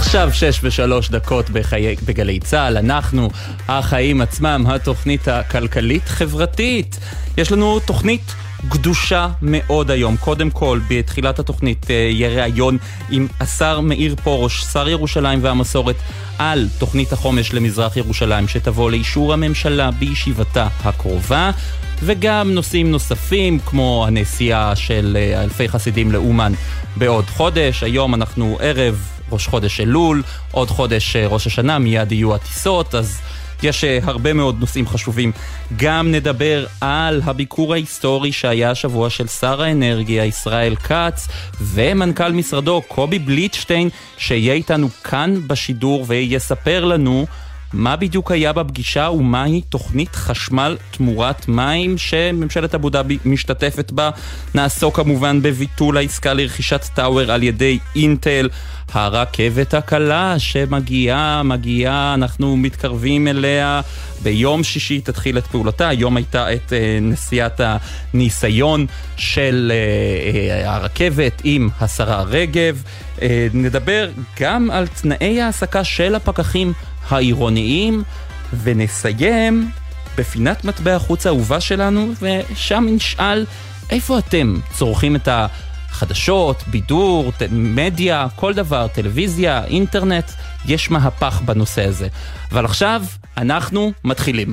עכשיו 6:03 בגלי צהל, אנחנו החיים עצמם, התוכנית הכלכלית-חברתית. יש לנו תוכנית קדושה מאוד היום. קודם כל, בתחילת התוכנית יהיה ראיון עם השר מאיר פרוש, שר ירושלים והמסורת, על תוכנית החומש למזרח ירושלים שתבוא לאישור הממשלה בישיבתה הקרובה, וגם נושאים נוספים כמו הנסיעה של אלפי חסידים לאומן בעוד חודש. היום אנחנו ערב ראש חודש אלול, עוד חודש ראש השנה, מיד יהיו הטיסות, אז יש הרבה מאוד נושאים חשובים. גם נדבר על הביקור ההיסטורי שהיה השבוע של שר האנרגיה ישראל כץ ומנכ"ל משרדו קובי בליטשטיין, שיהיה איתנו כאן בשידור ויספר לנו מה בדיוק היה בפגישה ומהי תוכנית חשמל תמורת מים שממשלת אבו דאבי משתתפת בה. נעסוק כמובן בביטול העסקה לרכישת טאוור על ידי אינטל, הרכבת הקלה שמגיעה, אנחנו מתקרבים אליה. ביום שישי תתחיל את פעולתה. היום הייתה את נסיעת הניסיון של הרכבת עם השרה רגב. נדבר גם על תנאי העסקה של הפקחים העירוניים, ונסיים בפינת מטבע החוץ האהובה שלנו, ושם נשאל איפה אתם צורכים את החדשות, בידור, מדיה, כל דבר, טלוויזיה, אינטרנט. יש מהפך בנושא הזה. אבל עכשיו אנחנו מתחילים.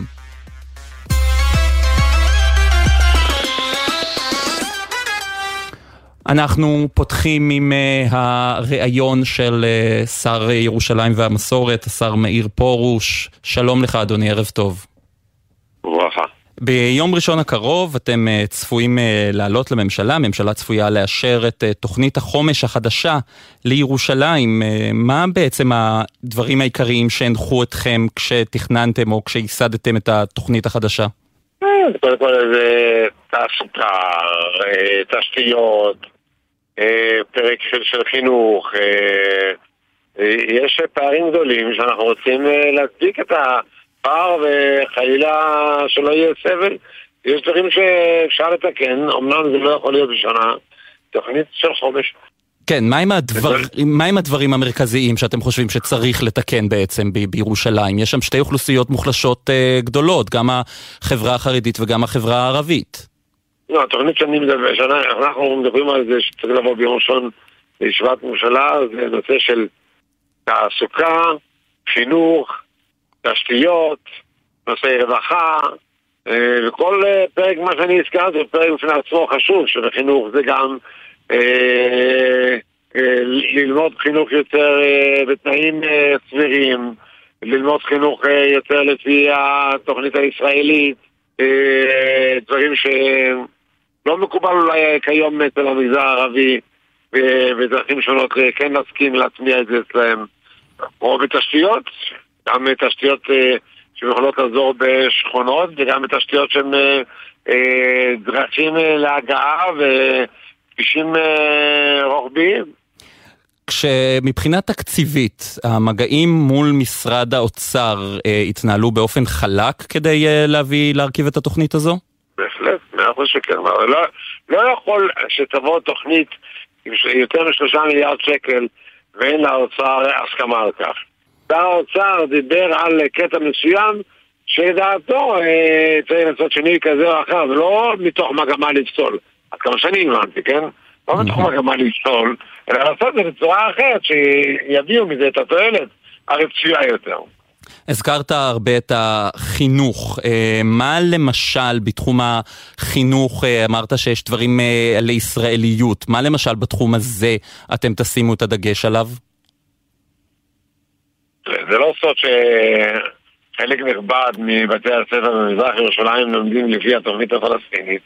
אנחנו פותחים עם הראיון של שר ירושלים והמסורת, השר מאיר פרוש. שלום לך אדוני, ערב טוב. וברכה. ביום ראשון הקרוב אתם צפויים לעלות לממשלה, הממשלה צפויה לאשר את תוכנית החומש החדשה לירושלים. מה בעצם הדברים העיקריים שהנחו אתכם כשתכננתם או כשייסדתם את התוכנית החדשה? קודם כל זה תעסוקה, תשתיות, פרק של חינוך. יש פערים גדולים שאנחנו רוצים להצדיק את הפער וחלילה שלא יהיה סבל. יש דברים שאפשר לתקן, אמנם זה לא יכול להיות בשנה. תוכנית של חומש. כן, מה עם הדברים המרכזיים שאתם חושבים שצריך לתקן בעצם בירושלים? יש שם שתי אוכלוסיות מוחלשות גדולות, גם החברה החרדית וגם החברה הערבית. לא, התוכנית אנחנו מדברים על זה שצריך לבוא ביום ראשון לישיבת ממשלה, זה נושא של תעסוקה, חינוך, תשתיות, נושא רווחה, וכל פרק מה שאני הזכרת זה פרק בפני עצמו חשוב, שבחינוך זה גם ללמוד חינוך יותר בתנאים סבירים, ללמוד חינוך יותר לפי התוכנית הישראלית, דברים שלא מקובל אולי כיום אצל המגזר הערבי, בדרכים שונות כן להסכים להטמיע את זה אצלהם. או בתשתיות, גם תשתיות שיכולות לעזור בשכונות, וגם בתשתיות שהן דרכים להגעה וכבישים רוחביים. כשמבחינה תקציבית, המגעים מול משרד האוצר התנהלו באופן חלק כדי להרכיב את התוכנית הזו? בהחלט, 100% שכן. לא יכול שתבוא תוכנית עם יותר מ3 מיליארד שקל ואין לאוצר הסכמה על כך. שר האוצר דיבר על קטע מסוים שדעתו צריך לעשות שינוי כזה או אחר, ולא מתוך מגמה לפסול. עד כמה שאני הבנתי, כן? לא מתוך מגמה לפסול, אלא לעשות את זה בצורה אחרת שיביאו מזה את התועלת הרצויה יותר. הזכרת הרבה את החינוך. מה למשל בתחום החינוך, אמרת שיש דברים לישראליות, מה למשל בתחום הזה אתם תשימו את הדגש עליו? זה לא סוד שחלק נכבד מבתי הספר במזרח ירושלים לומדים לפי התוכנית הפלסטינית,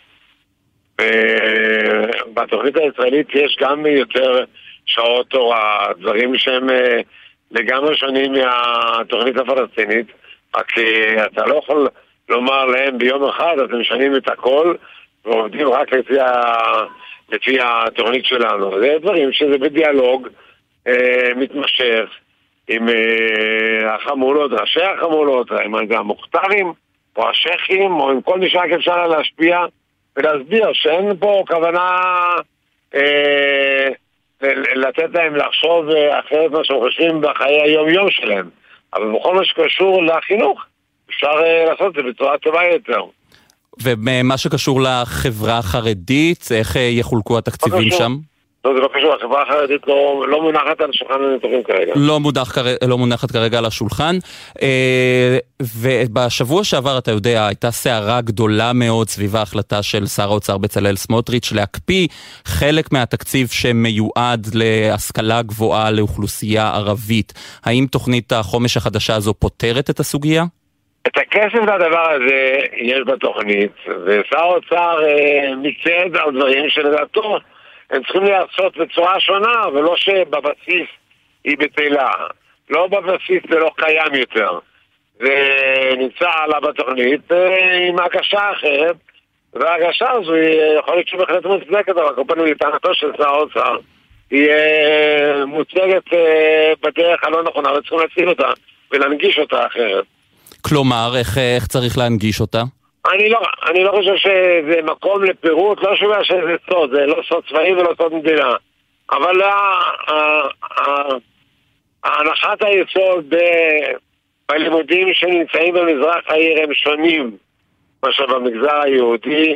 ובתוכנית הישראלית יש גם יותר שעות תורה, דברים שהם לגמרי שונים מהתוכנית הפלסטינית, רק אתה לא יכול לומר להם ביום אחד אתם משנים את הכל ועובדים רק לפי התוכנית שלנו. זה דברים שזה בדיאלוג מתמשך עם החמולות, ראשי החמולות, עם המוכתרים או השייכים או עם כל מי שרק אפשר להשפיע ולהסביר שאין פה כוונה לתת להם לחשוב אחרת מה שהם חושבים בחיי היום-יום שלהם. אבל בכל מה שקשור לחינוך, אפשר לעשות את זה בצורה טובה יותר. ומה שקשור לחברה החרדית, איך יחולקו התקציבים שם? לא, זה לא קשור, החברה החרדית לא מונחת על השולחן הניתוחים כרגע. לא מונחת כרגע על השולחן. ובשבוע שעבר, אתה יודע, הייתה סערה גדולה מאוד סביב ההחלטה של שר האוצר בצלאל סמוטריץ' להקפיא חלק מהתקציב שמיועד להשכלה גבוהה לאוכלוסייה ערבית. האם תוכנית החומש החדשה הזו פותרת את הסוגיה? את הכסף לדבר הזה יש בתוכנית, ושר האוצר מצד על דברים שלדעתו הם צריכים לעשות בצורה שונה, ולא שבבסיס היא בטלה. לא בבסיס זה לא קיים יותר. זה נמצא עלה בתוכנית עם הגשה אחרת, וההגשה הזו היא יכול להיות שבהחלט מוצדקת, אבל כל פעם לטענתו של שר האוצר היא מוצגת בדרך הלא נכונה, וצריכים להציל אותה ולהנגיש אותה אחרת. כלומר, איך צריך להנגיש אותה? אני לא חושב שזה מקום לפירוט, לא שומע שזה סוד, זה לא סוד צבאי ולא סוד מדינה. אבל ההנחת היסוד בלימודים שנמצאים במזרח העיר הם שונים מאשר במגזר היהודי,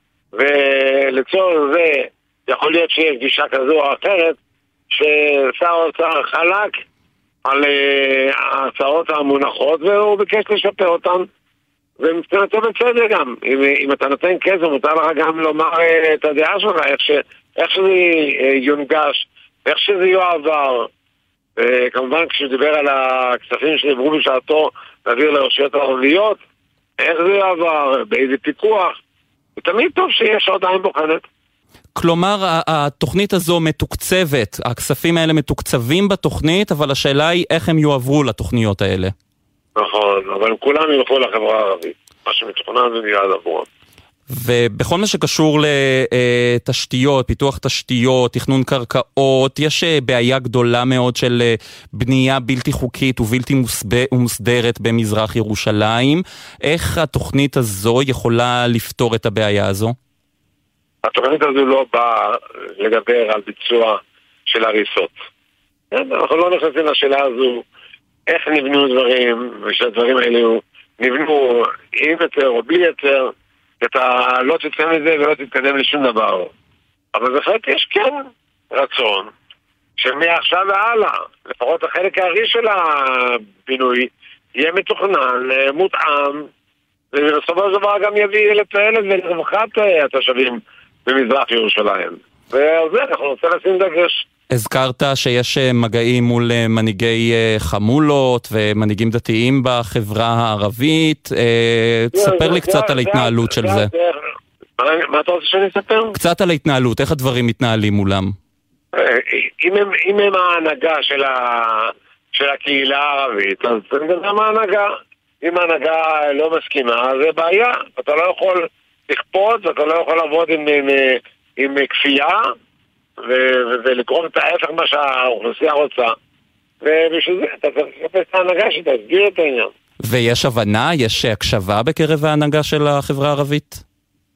ולצורך זה יכול להיות שיש גישה כזו או אחרת ששר האוצר חלק על ההצעות המונחות והוא ביקש לשפר אותן, ומבחינתו בצדק גם. אם אתה נותן כסף מותר לך גם לומר את הדעה שלך, איך שזה יונגש, איך שזה יועבר. וכמובן כשדיבר על הכספים שדיברו בשעתו להעביר לרשויות הערביות, איך זה יועבר, באיזה פיקוח, ותמיד טוב שיש עוד עין בוחנת. כלומר, התוכנית הזו מתוקצבת, הכספים האלה מתוקצבים בתוכנית, אבל השאלה היא איך הם יועברו לתוכניות האלה. נכון, אבל כולם ילכו לחברה הערבית. מה שמתוכנן זה מיד עבורם. ובכל מה שקשור לתשתיות, פיתוח תשתיות, תכנון קרקעות, יש בעיה גדולה מאוד של בנייה בלתי חוקית ובלתי מוסדרת במזרח ירושלים. איך התוכנית הזו יכולה לפתור את הבעיה הזו? התוכנית הזו לא באה לדבר על ביצוע של הריסות. אנחנו לא נכנסים לשאלה הזו איך נבנו דברים, ושהדברים האלו נבנו עם יותר או בלי יותר, אתה לא תצא מזה ולא תתקדם לשום דבר. אבל בהחלט יש כן רצון שמעכשיו והלאה, לפחות החלק הארי של הבינוי, יהיה מתוכנן, מותאם, ובסופו של דבר גם יביא לתועלת ולרווחת התושבים במזרח ירושלים. ועל זה אנחנו רוצים לשים דגש. הזכרת שיש מגעים מול מנהיגי חמולות ומנהיגים דתיים בחברה הערבית. תספר לי קצת על ההתנהלות של זה. מה אתה רוצה שאני אספר? קצת על ההתנהלות, איך הדברים מתנהלים מולם? אם הם ההנהגה של הקהילה הערבית, אז גם ההנהגה. אם ההנהגה לא מסכימה, זה בעיה. אתה לא יכול לכפות, ואתה לא יכול לעבוד עם כפייה, ולקרוא את ההפך מה שהאוכלוסייה רוצה. ובשביל זה אתה צריך לחפש את ההנהגה שתסגיר את העניין. ויש הבנה? יש הקשבה בקרב ההנהגה של החברה הערבית?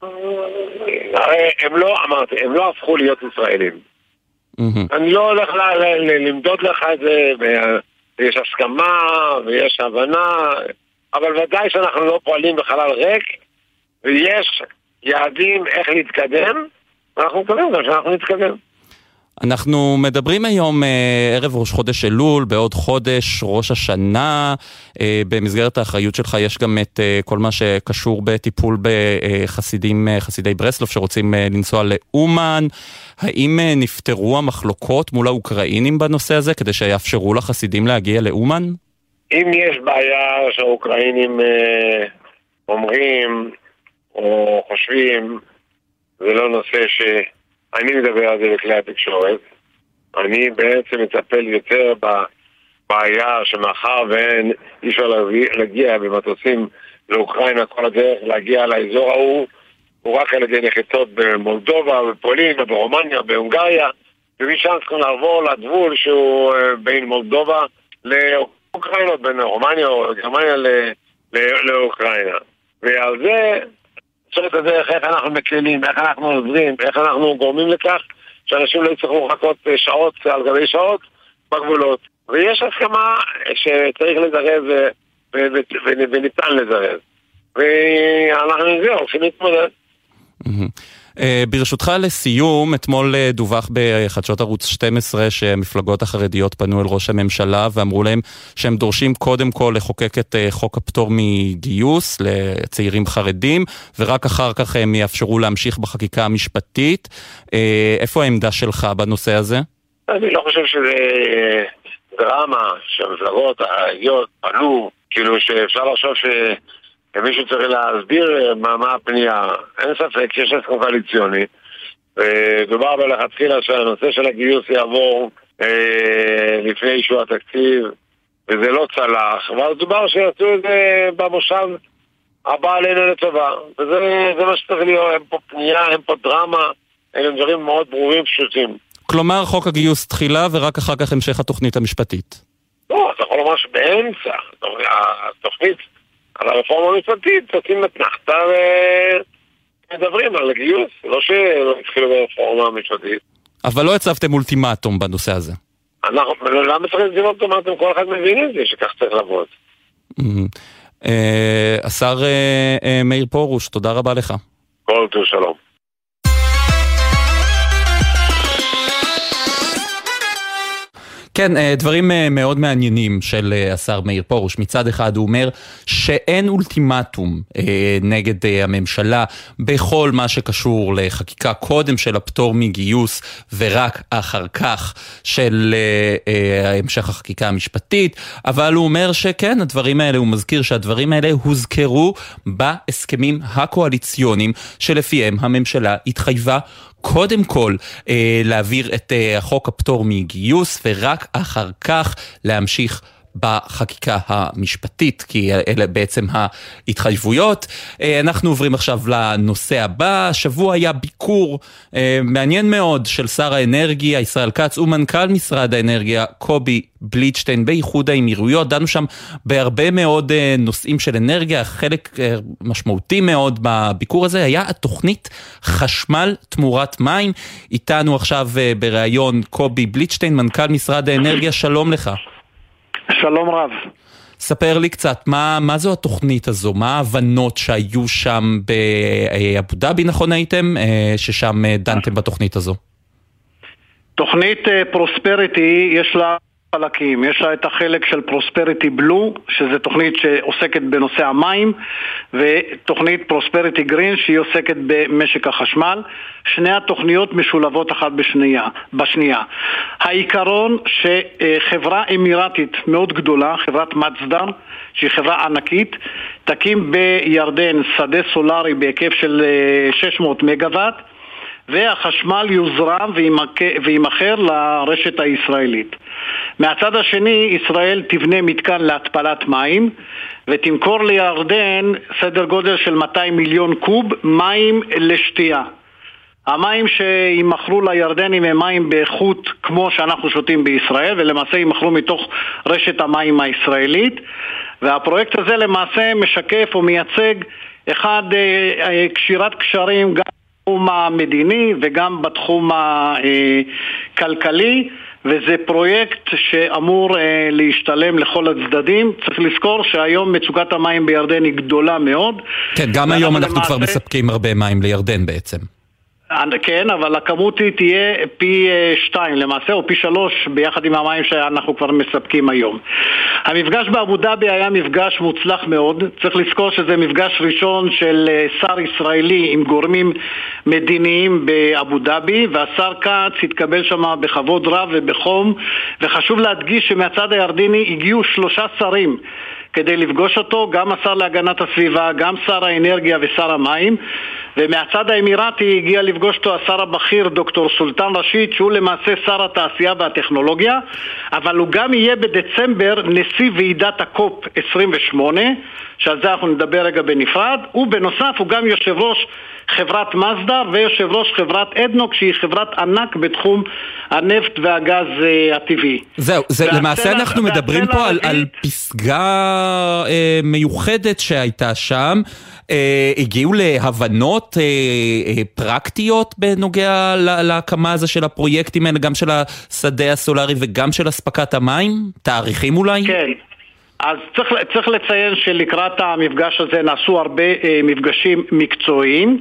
הם לא הפכו להיות ישראלים. אני לא הולך למדוד לך את זה, ויש הסכמה ויש הבנה, אבל ודאי שאנחנו לא פועלים בחלל ריק, ויש יעדים איך להתקדם, ואנחנו מקווים גם שאנחנו נתקדם. אנחנו מדברים היום ערב ראש חודש אלול, בעוד חודש ראש השנה. במסגרת האחריות שלך יש גם את כל מה שקשור בטיפול חסידי ברסלב שרוצים לנסוע לאומן. האם נפתרו המחלוקות מול האוקראינים בנושא הזה כדי שיאפשרו לחסידים להגיע לאומן? אם יש בעיה שהאוקראינים אומרים או חושבים, זה לא נושא שאני מדבר על זה בכלי התקשורת. אני בעצם מטפל יותר בבעיה שמאחר ואין אי אפשר להגיע במטוסים לאוקראינה כל הדרך להגיע לאזור ההוא, הוא רק על ידי נחיתות במולדובה, בפולין, ברומניה, בהונגריה, ומשם צריכים לעבור לגבול שהוא בין מולדובה לאוקראינה, בין רומניה או גרמניה לאוקראינה. ועל זה צריך את הדרך איך אנחנו מקלים, איך אנחנו עוזרים, איך אנחנו גורמים לכך שאנשים לא יצטרכו לחכות שעות על גבי שעות בגבולות. ויש הסכמה שצריך לזרז וניתן לזרז. ואנחנו הולכים להתמודד. ברשותך לסיום, אתמול דווח בחדשות ערוץ 12 שמפלגות החרדיות פנו אל ראש הממשלה ואמרו להם שהם דורשים קודם כל לחוקק את חוק הפטור מגיוס לצעירים חרדים, ורק אחר כך הם יאפשרו להמשיך בחקיקה המשפטית. איפה העמדה שלך בנושא הזה? אני לא חושב שזה דרמה שהמפלגות החרדיות פנו, כאילו שאפשר לחשוב מישהו צריך להסביר מה הפנייה. אין ספק שיש הסכם קואליציוני, ודובר בלכתחילה שהנושא של הגיוס יעבור לפני אישור התקציב, וזה לא צלח, אבל דובר שיעשו את זה במושב הבא עלינו לטובה, וזה מה שצריך להיות. אין פה פנייה, אין פה דרמה, אלה דברים מאוד ברורים, פשוטים. כלומר חוק הגיוס תחילה ורק אחר כך המשך התוכנית המשפטית. לא, אתה יכול לומר שבאמצע התוכנית על הרפורמה המשפטית, עושים מתנחתה ומדברים על הגיוס, לא שלא התחילו ברפורמה המשפטית. אבל לא הצבתם אולטימטום בנושא הזה. למה צריך לציב אולטימטום? כל אחד מבין את זה, שכך צריך לעבוד. השר מאיר פרוש, תודה רבה לך. כל טוב, שלום. כן, דברים מאוד מעניינים של השר מאיר פרוש. מצד אחד הוא אומר שאין אולטימטום נגד הממשלה בכל מה שקשור לחקיקה קודם של הפטור מגיוס ורק אחר כך של המשך החקיקה המשפטית, אבל הוא אומר שכן, הדברים האלה, הוא מזכיר שהדברים האלה הוזכרו בהסכמים הקואליציוניים שלפיהם הממשלה התחייבה קודם כל להעביר את החוק הפטור מגיוס ורק אחר כך להמשיך בחקיקה המשפטית, כי אלה בעצם ההתחייבויות. אנחנו עוברים עכשיו לנושא הבא. השבוע היה ביקור מעניין מאוד של שר האנרגיה ישראל כץ ומנכ"ל משרד האנרגיה קובי בליטשטיין באיחוד האמירויות. דנו שם בהרבה מאוד נושאים של אנרגיה. חלק משמעותי מאוד בביקור הזה היה התוכנית חשמל תמורת מים. איתנו עכשיו בראיון קובי בליטשטיין, מנכ"ל משרד האנרגיה. שלום לך. שלום רב. ספר לי קצת, מה זו התוכנית הזו? מה ההבנות שהיו שם באבו דאבי, נכון הייתם, ששם דנתם בתוכנית הזו? תוכנית פרוספריטי יש לה חלקים. יש לה את החלק של פרוספריטי בלו, שזה תוכנית שעוסקת בנושא המים, ותוכנית פרוספריטי גרין שהיא עוסקת במשק החשמל. שני התוכניות משולבות אחת בשנייה. העיקרון שחברה אמירתית מאוד גדולה, חברת מצדר, שהיא חברה ענקית, תקים בירדן שדה סולרי בהיקף של 600 מגוואט, והחשמל יוזרם וימחר לרשת הישראלית. מהצד השני, ישראל תבנה מתקן להתפלת מים ותמכור לירדן סדר גודל של 200 מיליון קוב מים לשתייה. המים שימחרו לירדנים הם מים באיכות כמו שאנחנו שותים בישראל, ולמעשה ימחרו מתוך רשת המים הישראלית. והפרויקט הזה למעשה משקף או מייצג אחד קשירת קשרים גם בתחום המדיני וגם בתחום הכלכלי, וזה פרויקט שאמור להשתלם לכל הצדדים. צריך לזכור שהיום מצוקת המים בירדן היא גדולה מאוד. כן, גם היום אנחנו כבר מספקים הרבה מים לירדן בעצם. כן, אבל הכמות היא תהיה פי 2 למעשה, או פי 3 ביחד עם המים שאנחנו כבר מספקים היום. המפגש באבו דאבי היה מפגש מוצלח מאוד. צריך לזכור שזה מפגש ראשון של שר ישראלי עם גורמים מדיניים באבו דאבי, והשר כץ התקבל שם בכבוד רב ובחום, וחשוב להדגיש שמהצד הירדני הגיעו 3 שרים כדי לפגוש אותו, גם השר להגנת הסביבה, גם שר האנרגיה ושר המים, ומהצד האמירתי הגיע לפגוש אותו השר הבכיר דוקטור סולטן רשיד, שהוא למעשה שר התעשייה והטכנולוגיה, אבל הוא גם יהיה בדצמבר נשיא ועידת הקופ 28, שעל זה אנחנו נדבר רגע בנפרד, ובנוסף הוא גם יושב ראש חברת מזדה ויושב ראש חברת אדנוק, שהיא חברת ענק בתחום הנפט והגז הטבעי. זהו, למעשה אנחנו מדברים פה על פסגה מיוחדת שהייתה שם. הגיעו להבנות פרקטיות בנוגע להקמה הזה של הפרויקטים האלה, גם של השדה הסולרי וגם של הספקת המים? תאריכים אולי? כן. אז צריך לציין שלקראת המפגש הזה נעשו הרבה מפגשים מקצועיים,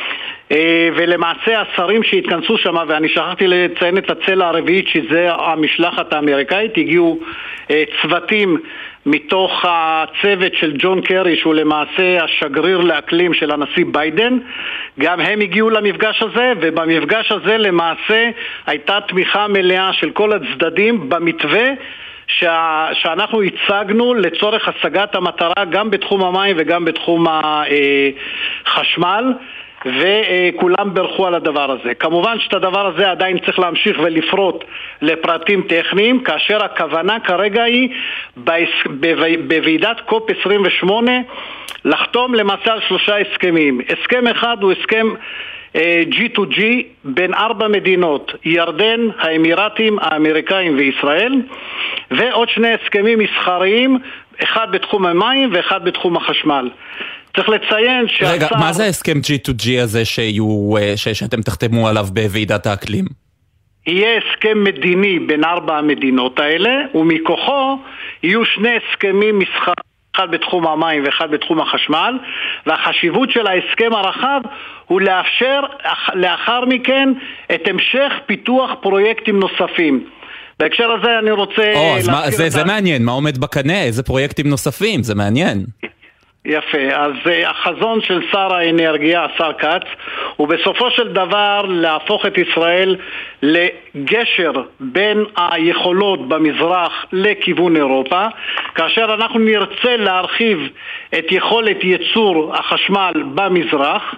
ולמעשה השרים שהתכנסו שם, ואני שכחתי לציין את הצלע הרביעית שזה המשלחת האמריקאית, הגיעו צוותים מתוך הצוות של ג'ון קרי, שהוא למעשה השגריר לאקלים של הנשיא ביידן. גם הם הגיעו למפגש הזה, ובמפגש הזה למעשה הייתה תמיכה מלאה של כל הצדדים במתווה שאנחנו הצגנו לצורך השגת המטרה גם בתחום המים וגם בתחום החשמל, וכולם ברכו על הדבר הזה. כמובן שאת הדבר הזה עדיין צריך להמשיך ולפרוט לפרטים טכניים, כאשר הכוונה כרגע היא בוועידת קופ 28 לחתום למעשה על 3 הסכמים. הסכם אחד הוא הסכם G2G בין 4 מדינות, ירדן, האמירתים, האמריקאים וישראל, ועוד 2 הסכמים מסחריים, אחד בתחום המים ואחד בתחום החשמל. צריך לציין רגע, מה זה הסכם G2G הזה שאתם תחתמו עליו בוועידת האקלים? יהיה הסכם מדיני בין 4 המדינות האלה, ומכוחו יהיו 2 הסכמים מסחריים, אחד בתחום המים ואחד בתחום החשמל, והחשיבות של ההסכם הרחב הוא לאפשר לאחר מכן את המשך פיתוח פרויקטים נוספים. בהקשר הזה אני רוצה... זה מעניין, מה עומד בקנה? איזה פרויקטים נוספים? זה מעניין. יפה, אז החזון של שר האנרגיה, השר כץ, הוא בסופו של דבר להפוך את ישראל לגשר בין היכולות במזרח לכיוון אירופה, כאשר אנחנו נרצה להרחיב את יכולת ייצור החשמל במזרח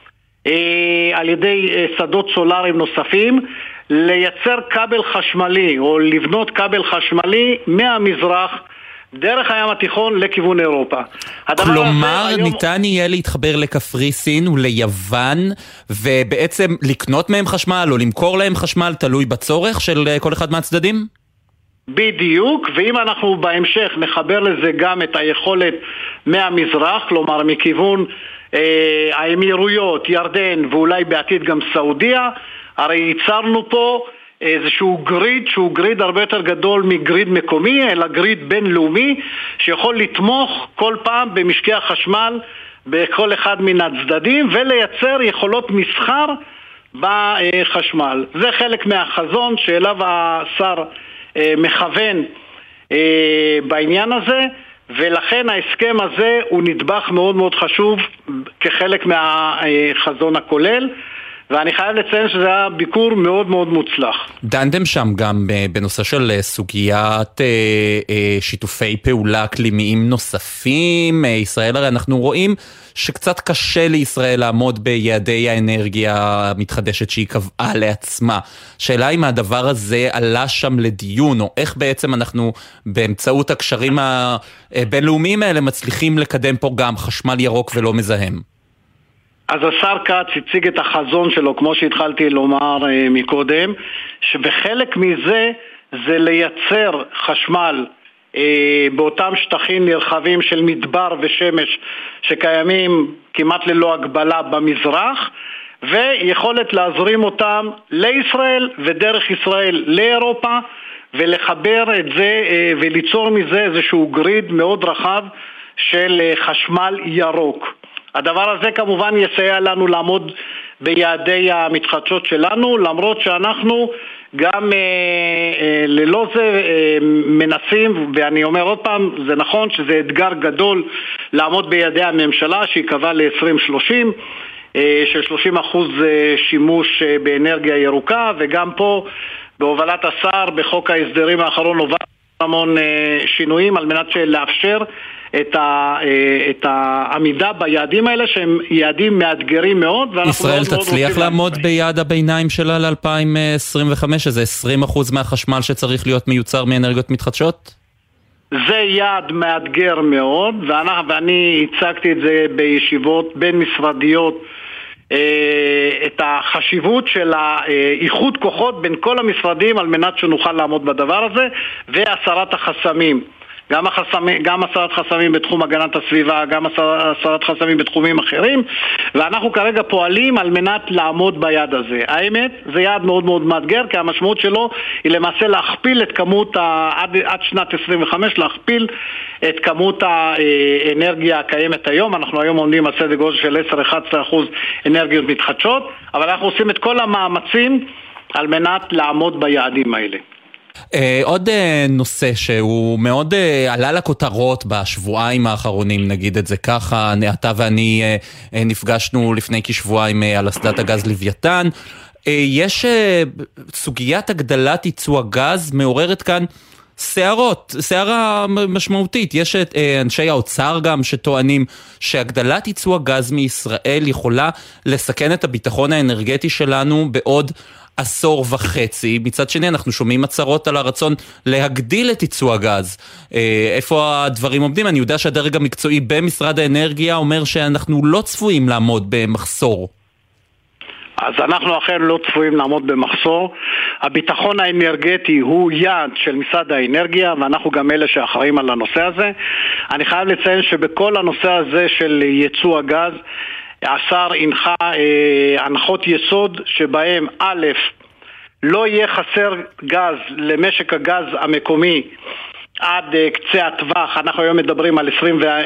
על ידי שדות סולריים נוספים, לייצר כבל חשמלי או לבנות כבל חשמלי מהמזרח דרך הים התיכון לכיוון אירופה. כלומר, ניתן יהיה להתחבר לקפריסין וליוון, ובעצם לקנות מהם חשמל או למכור להם חשמל, תלוי בצורך של כל אחד מהצדדים? בדיוק, ואם אנחנו בהמשך נחבר לזה גם את היכולת מהמזרח, כלומר מכיוון האמירויות, ירדן ואולי בעתיד גם סעודיה, הרי ייצרנו פה איזשהו גריד שהוא גריד הרבה יותר גדול מגריד מקומי, אלא גריד בינלאומי שיכול לתמוך כל פעם במשקי החשמל בכל אחד מן הצדדים ולייצר יכולות מסחר בחשמל. זה חלק מהחזון שאליו השר מכוון בעניין הזה, ולכן ההסכם הזה הוא נדבך מאוד מאוד חשוב כחלק מהחזון הכולל, ואני חייב לציין שזה היה ביקור מאוד מאוד מוצלח. דנתם שם גם בנושא של סוגיית שיתופי פעולה אקלימיים נוספים. ישראל, הרי אנחנו רואים שקצת קשה לישראל לעמוד ביעדי האנרגיה המתחדשת שהיא קבעה לעצמה. שאלה אם הדבר הזה עלה שם לדיון, או איך בעצם אנחנו באמצעות הקשרים הבינלאומיים האלה מצליחים לקדם פה גם חשמל ירוק ולא מזהם. אז השר כץ הציג את החזון שלו, כמו שהתחלתי לומר מקודם, שבחלק מזה זה לייצר חשמל באותם שטחים נרחבים של מדבר ושמש שקיימים כמעט ללא הגבלה במזרח, ויכולת להזרים אותם לישראל ודרך ישראל לאירופה, ולחבר את זה וליצור מזה איזשהו גריד מאוד רחב של חשמל ירוק. הדבר הזה כמובן יסייע לנו לעמוד ביעדי המתחדשות שלנו, למרות שאנחנו גם ללא זה מנסים, ואני אומר עוד פעם, זה נכון שזה אתגר גדול לעמוד ביעדי הממשלה שיקבע ל-2030, של 30% שימוש באנרגיה ירוקה, וגם פה בהובלת השר בחוק ההסדרים האחרון הובא המון שינויים על מנת לאפשר את העמידה ביעדים האלה שהם יעדים מאתגרים מאוד. ישראל תצליח לעמוד ביעד הביניים שלה ל-2025, שזה 20% מהחשמל שצריך להיות מיוצר מאנרגיות מתחדשות? זה יעד מאתגר מאוד, ואני הצגתי את זה בישיבות בין משרדיות את החשיבות של איחוד כוחות בין כל המשרדים על מנת שנוכל לעמוד בדבר הזה, והסרת החסמים. גם הסרת חסמים בתחום הגנת הסביבה, גם הסרת חסמים בתחומים אחרים, ואנחנו כרגע פועלים על מנת לעמוד ביעד הזה. האמת, זה יעד מאוד מאוד מאתגר, כי המשמעות שלו היא למעשה להכפיל את כמות, עד שנת 25, להכפיל את כמות האנרגיה הקיימת היום. אנחנו היום עומדים על סדר גודל של 10-11% אנרגיות מתחדשות, אבל אנחנו עושים את כל המאמצים על מנת לעמוד ביעדים האלה. עוד נושא שהוא מאוד עלה לכותרות בשבועיים האחרונים, נגיד את זה ככה, אתה ואני נפגשנו לפני כשבועיים על אסדת הגז לוויתן. יש סוגיית הגדלת ייצוא הגז מעוררת כאן סערה משמעותית. יש את אנשי האוצר גם שטוענים שהגדלת ייצוא הגז מישראל יכולה לסכן את הביטחון האנרגטי שלנו בעוד 10.5. מצד שני אנחנו שומעים הצהרות על הרצון להגדיל את ייצוא הגז. איפה הדברים עומדים? אני יודע שהדרג המקצועי במשרד האנרגיה אומר שאנחנו לא צפויים לעמוד במחסור. אז אנחנו אכן לא צפויים לעמוד במחסור. הביטחון האנרגטי הוא יעד של משרד האנרגיה, ואנחנו גם אלה שאחראים על הנושא הזה. אני חייב לציין שבכל הנושא הזה של ייצוא הגז, השר הנחה הנחות יסוד שבהם א', לא יהיה חסר גז למשק הגז המקומי עד קצה הטווח. אנחנו היום מדברים על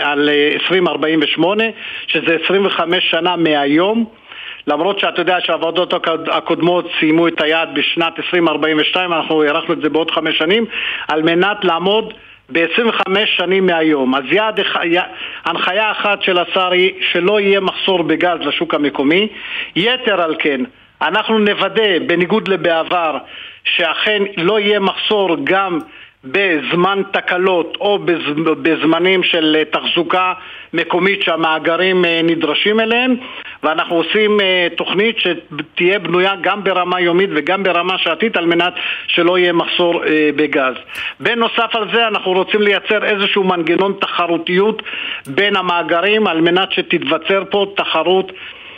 2048, שזה 25 שנה מהיום, למרות שאתה יודע שהוועדות הקודמות סיימו את היעד בשנת 2042, אנחנו הערכנו את זה בעוד 5 שנים, על מנת לעמוד ב-25 שנים מהיום. אז הנחיה אחת של השר היא שלא יהיה מחסור בגז לשוק המקומי. יתר על כן, אנחנו נוודא, בניגוד לבעבר, שאכן לא יהיה מחסור גם בזמן תקלות או בזמנים של תחזוקה מקומית שהמאגרים נדרשים אליהם, ואנחנו עושים תוכנית שתהיה בנויה גם ברמה יומית וגם ברמה שעתית על מנת שלא יהיה מחסור בגז. בנוסף על זה אנחנו רוצים לייצר איזשהו מנגנון תחרותיות בין המאגרים על מנת שתתווצר פה תחרות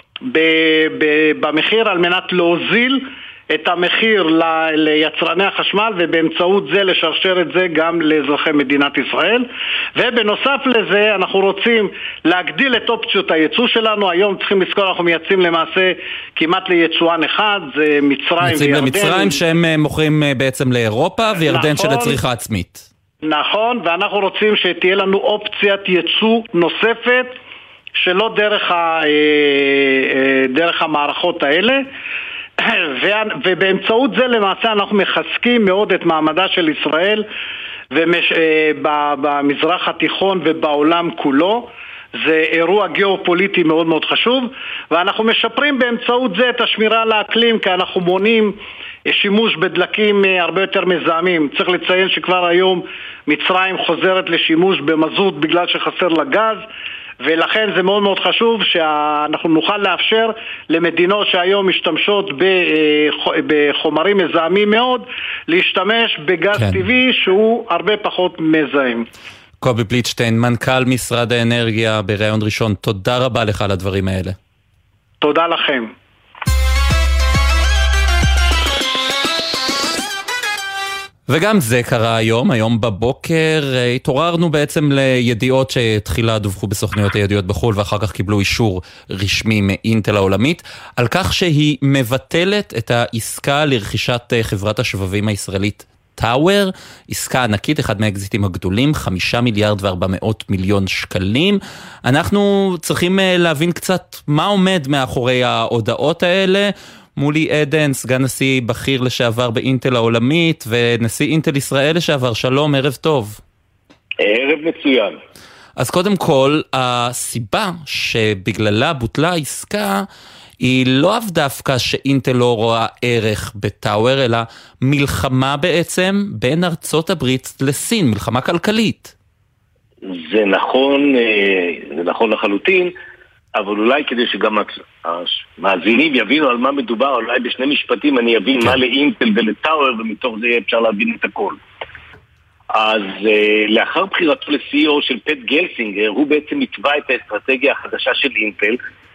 במחיר, על מנת להוזיל את המחיר ליצרני החשמל, ובאמצעות זה לשרשר את זה גם לאזרחי מדינת ישראל. ובנוסף לזה אנחנו רוצים להגדיל את אופציות הייצוא שלנו. היום צריכים לזכור, אנחנו מייצאים למעשה כמעט ליצואן אחד, זה מצרים וירדן. למצרים שהם מוכרים בעצם לאירופה, וירדן של הצריכה עצמית. נכון, ואנחנו רוצים שתהיה לנו אופציית ייצוא נוספת, שלא דרך המערכות האלה. ובאמצעות זה למעשה אנחנו מחזקים מאוד את מעמדה של ישראל במזרח התיכון ובעולם כולו. זה אירוע גיאופוליטי מאוד מאוד חשוב, ואנחנו משפרים באמצעות זה את השמירה על האקלים, כי אנחנו מונעים שימוש בדלקים הרבה יותר מזהמים. צריך לציין שכבר היום מצרים חוזרת לשימוש במזוט בגלל שחסר לה גז, ולכן זה מאוד מאוד חשוב שאנחנו נוכל לאפשר למדינות שהיום משתמשות בחומרים מזהמים מאוד, להשתמש בגז טבעי שהוא הרבה פחות מזהם. קובי פליטשטיין, מנכ"ל משרד האנרגיה בראיון ראשון, תודה רבה לך על הדברים האלה. תודה לכם. וגם זה קרה היום בבוקר, התעוררנו בעצם לידיעות שהתחילה דווחו בסוכניות הידיעות בחול, ואחר כך קיבלו אישור רשמי מאינטל העולמית, על כך שהיא מבטלת את העסקה לרכישת חברת השבבים הישראלית טאוור, עסקה ענקית, אחד מהאקזיטים הגדולים, 5 מיליארד ו400 מיליון שקלים. אנחנו צריכים להבין קצת מה עומד מאחורי ההודעות האלה. מולי עדן, סגן נשיא בכיר לשעבר באינטל העולמית, ונשיא אינטל ישראל לשעבר. שלום, ערב טוב. ערב מצוין. אז קודם כל, הסיבה שבגללה בוטלה העסקה היא לא דווקא שאינטל לא רואה ערך בטאוור, אלא מלחמה בעצם בין ארצות הברית לסין, מלחמה כלכלית. זה נכון לחלוטין, אבל אולי כדי שגם המאזינים יבינו על מה מדובר, אולי בשני משפטים אני אבין מה לאינטל ולטאוור, ומתוך זה אפשר להבין את הכל. אז לאחר בחירתו ל-CEO של פט גלסינגר, הוא בעצם התווה את האסטרטגיה החדשה של אינטל,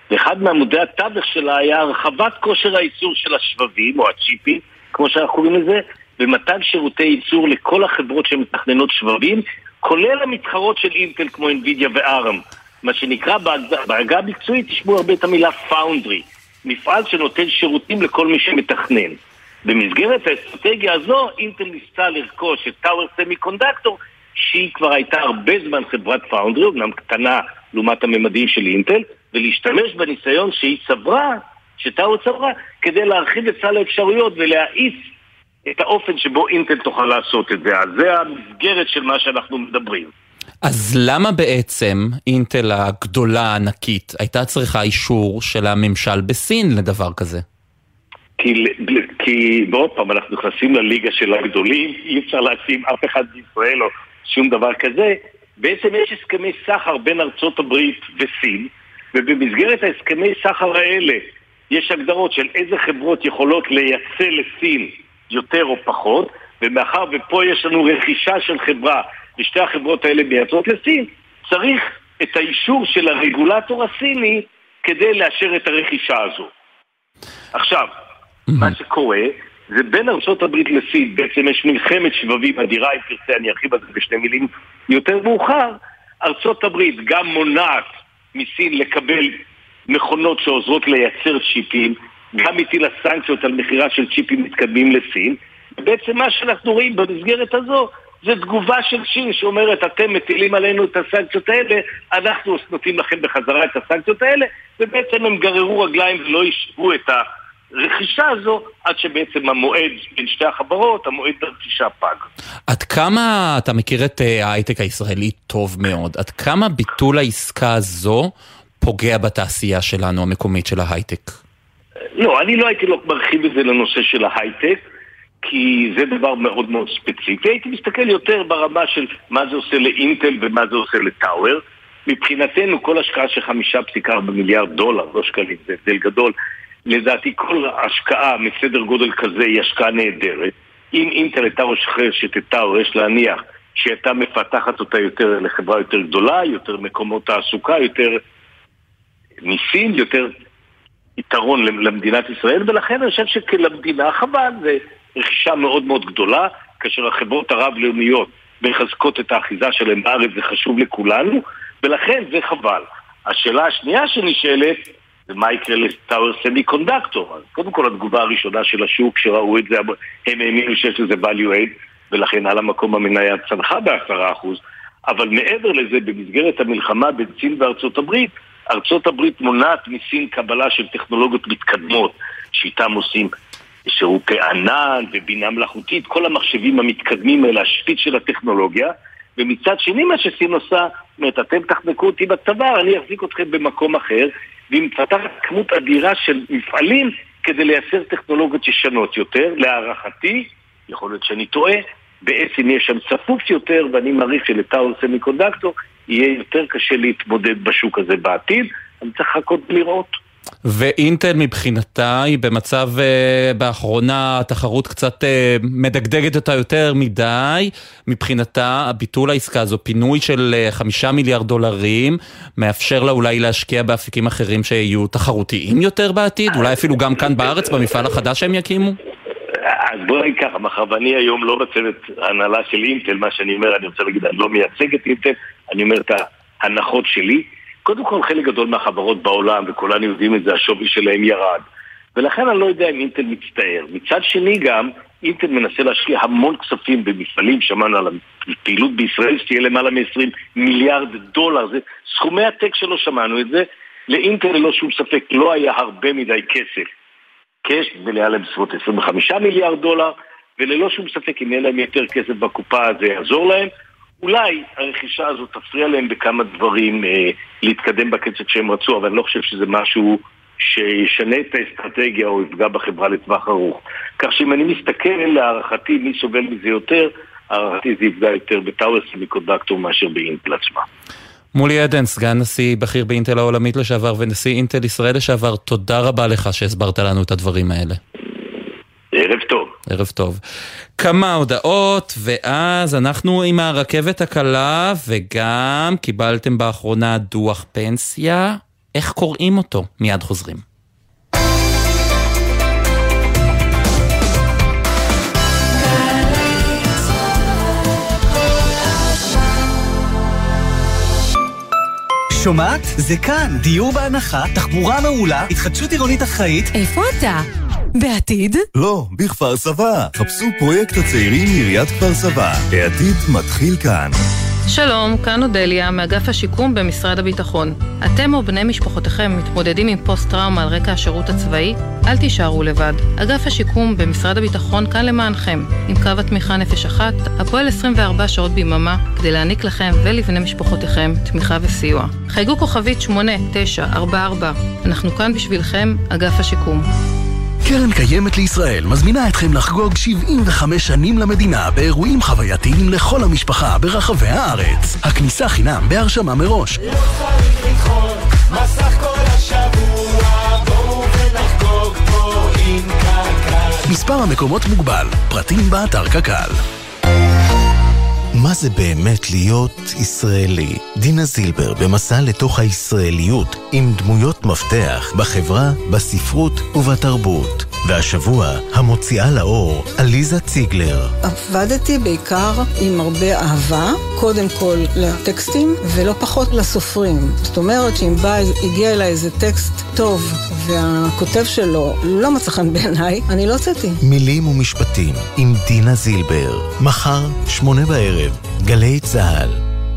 ואחד מעמודי התווך שלה היה הרחבת כושר הייצור של השבבים או הצ'יפים, כמו שאנחנו קוראים לזה, ומתן שירותי ייצור לכל החברות שמתכננות שבבים, כולל המתחרות של אינטל כמו NVIDIA וארם. מה שנקרא בעגה המקצועית, תשמעו הרבה את המילה Foundry, מפעל שנותן שירותים לכל מי שמתכנן. במסגרת האסטרטגיה הזו, אינטל ניסתה לרכוש את טאוור סמיקונדקטור, שהיא כבר הייתה הרבה זמן חברת Foundry, אומנם קטנה לעומת הממדים של אינטל, ולהשתמש בניסיון שהיא צברה, שטאוור צברה, כדי להרחיב את סל האפשרויות ולהאיץ את האופן שבו אינטל תוכל לעשות את זה. אז זה המסגרת של מה שאנחנו מדברים. אז למה בעצם אינטל הגדולה הענקית הייתה צריכה אישור של הממשל בסין לדבר כזה? כי בעוד פעם אנחנו נכנסים לליגה של הגדולים, אי אפשר להשים אף אחד בישראל או שום דבר כזה. בעצם יש הסכמי סחר בין ארצות הברית וסין, ובמסגרת ההסכמי סחר האלה יש הגדרות של איזה חברות יכולות לייצא לסין יותר או פחות, ומאחר ופה יש לנו רכישה של חברה ושתי החברות האלה מייצאות לסין, צריך את האישור של הרגולטור הסיני כדי לאשר את הרכישה הזו. עכשיו, מה שקורה זה בין ארצות הברית לסין, בעצם יש מלחמת שבבים אדירה, אם תרצה אני ארחיב על זה בשני מילים יותר מאוחר. ארצות הברית גם מונעת מסין לקבל מכונות שעוזרות לייצר צ'יפים, גם הטילה סנקציות על מחירה של צ'יפים מתקדמים לסין. בעצם מה שאנחנו רואים במסגרת הזו זה תגובה של סין שאומרת אתם מטילים עלינו את הסנקציות האלה, אנחנו נותנים לכם בחזרה את הסנקציות האלה, ובעצם הם גררו רגליים ולא ישבו את הרכישה הזו עד שבעצם המועד בין שתי החברות, המועד הרכישה פג. עד כמה אתה מכיר את ההייטק הישראלי טוב מאוד, עד כמה ביטול העסקה הזו פוגע בתעשייה שלנו המקומית של ההייטק? לא, אני לא הייתי מרחיב את זה לנושא של ההייטק, כי זה דבר מאוד מאוד ספציפי. הייתי מסתכל יותר ברמה של מה זה עושה לאינטל ומה זה עושה לטאוור. מבחינתנו כל השקעה של 5.4 מיליארד דולר, לא שקלים, זה הבדל גדול. לדעתי כל השקעה מסדר גודל כזה היא השקעה נהדרת. אם אינטל הייתה רוכשת את טאוור, יש להניח שהייתה מפתחת אותה יותר לחברה יותר גדולה, יותר מקומות תעסוקה, יותר מיסים, יותר יתרון למדינת ישראל, ולכן אני חושב שכלמדינה חבל, זה רכישה מאוד מאוד גדולה, כאשר החברות הרב-לאומיות מחזקות את האחיזה שלהם בארץ, זה חשוב לכולנו, ולכן זה חבל. השאלה השנייה שנשאלת, זה מה יקרה לטאוור סמיקונדקטור. אז קודם כל התגובה הראשונה של השוק, שראו את זה, הם האמינו שיש לזה value add, ולכן על המקום המניה צנחה ב10%, אבל מעבר לזה, במסגרת המלחמה בין סין וארצות הברית, ארצות הברית מונעת מסין קבלה של טכנולוגיות מתקדמות, שאיתם עושים שירותי ענן ובינה מלאכותית, כל המחשבים המתקדמים האלה, השפיץ של הטכנולוגיה, ומצד שני מה שסין עושה, אומרת, אתם תחזקו אותי בצבא, אני אחזיק אתכם במקום אחר, והיא מפתחת כמות אדירה של מפעלים כדי לייצר טכנולוגיות ישנות יותר. להערכתי, יכול להיות שאני טועה, בעצם יש שם צפוף יותר, ואני מעריך שלטאוור סמיקונדקטור יהיה יותר קשה להתמודד בשוק הזה בעתיד. אני צריך לחכות לראות. ואינטל מבחינתה היא במצב, באחרונה התחרות קצת מדגדגת אותה יותר מדי, מבחינתה הביטול העסקה הזו, פינוי של 5 מיליארד דולרים, מאפשר לה אולי להשקיע באפיקים אחרים שיהיו תחרותיים יותר בעתיד, אולי אפילו גם כאן בארץ במפעל החדש שהם יקימו? אז בואו נגיד ככה, מאחר ואני היום לא בצוות ההנהלה של אינטל, מה שאני אומר, אני רוצה להגיד, אני לא מייצג את אינטל, אני אומר את ההנחות שלי. קודם כל חלק גדול מהחברות בעולם, וכולנו יודעים את זה, השווי שלהם ירד. ולכן אני לא יודע אם אינטל מצטער. מצד שני גם, אינטל מנסה להשקיע המון כספים במפעלים, שמענו על הפעילות בישראל, שתהיה למעלה מ-20 מיליארד דולר. זה סכומי הטק שלא שמענו את זה. לאינטל ללא שום ספק לא היה הרבה מדי כסף. קש, ולהיה להם בסביבות 25 מיליארד דולר, וללא שום ספק אם יהיה להם יותר כסף בקופה, זה יעזור להם. אולי הרכישה הזאת תפריע להם בכמה דברים להתקדם בקצב שהם רצו, אבל אני לא חושב שזה משהו שישנה את האסטרטגיה או יפגע בחברה לטווח ארוך. כך שאם אני מסתכל להערכתי מי סובל מזה יותר, הערכתי זה יפגע יותר בטאוור סמיקונדקטור מאשר באינטל עצמה. מולי עדן, סגן נשיא בכיר באינטל העולמית לשעבר ונשיא אינטל ישראל לשעבר, תודה רבה לך שהסברת לנו את הדברים האלה. ערב טוב. ערב טוב. כמה הודעות, ואז אנחנו עם הרכבת הקלה, וגם קיבלתם באחרונה דוח פנסיה. איך קוראים אותו? מיד חוזרים. שומעת? זה כאן, דיור בהנחה, תחבורה מעולה, התחדשות עירונית אחראית. איפה אתה? בעתיד? לא, בכפר סבא. חפשו פרויקט הצעירים מעיריית כפר סבא. העתיד מתחיל כאן. שלום, כאן אודליה, מאגף השיקום במשרד הביטחון. אתם או בני משפחותיכם מתמודדים עם פוסט-טראומה על רקע השירות הצבאי? אל תישארו לבד. אגף השיקום במשרד הביטחון כאן למענכם, עם קו התמיכה נפש אחת, הפועל 24 שעות ביממה, כדי להעניק לכם ולבני משפחותיכם תמיכה וסיוע. חייגו כוכבית 8944. אנחנו כאן בשבילכם, אגף השיקום. קרן קיימת לישראל מזמינה אתכם לחגוג 75 שנים למדינה באירועים חווייתיים לכל המשפחה ברחבי הארץ. הכניסה חינם בהרשמה מראש. לא צריך לדחות, מסך כל השבוע, בואו ונחגוג פה עם קק"ל. מספר המקומות מוגבל, פרטים באתר קק"ל. מה זה באמת להיות ישראלי? דינה זילבר במסע לתוך הישראליות עם דמויות מפתח בחברה, בספרות ובתרבות. והשבוע המוציאה לאור עליזה ציגלר. עבדתי בעיקר עם הרבה אהבה, קודם כל לטקסטים ולא פחות לסופרים. זאת אומרת שאם הגיע אליי איזה טקסט טוב והכותב שלו לא מצא חן בעיניי, אני לא הוצאתי. מילים ומשפטים עם דינה זילבר. מחר 20:00, גלי צהל.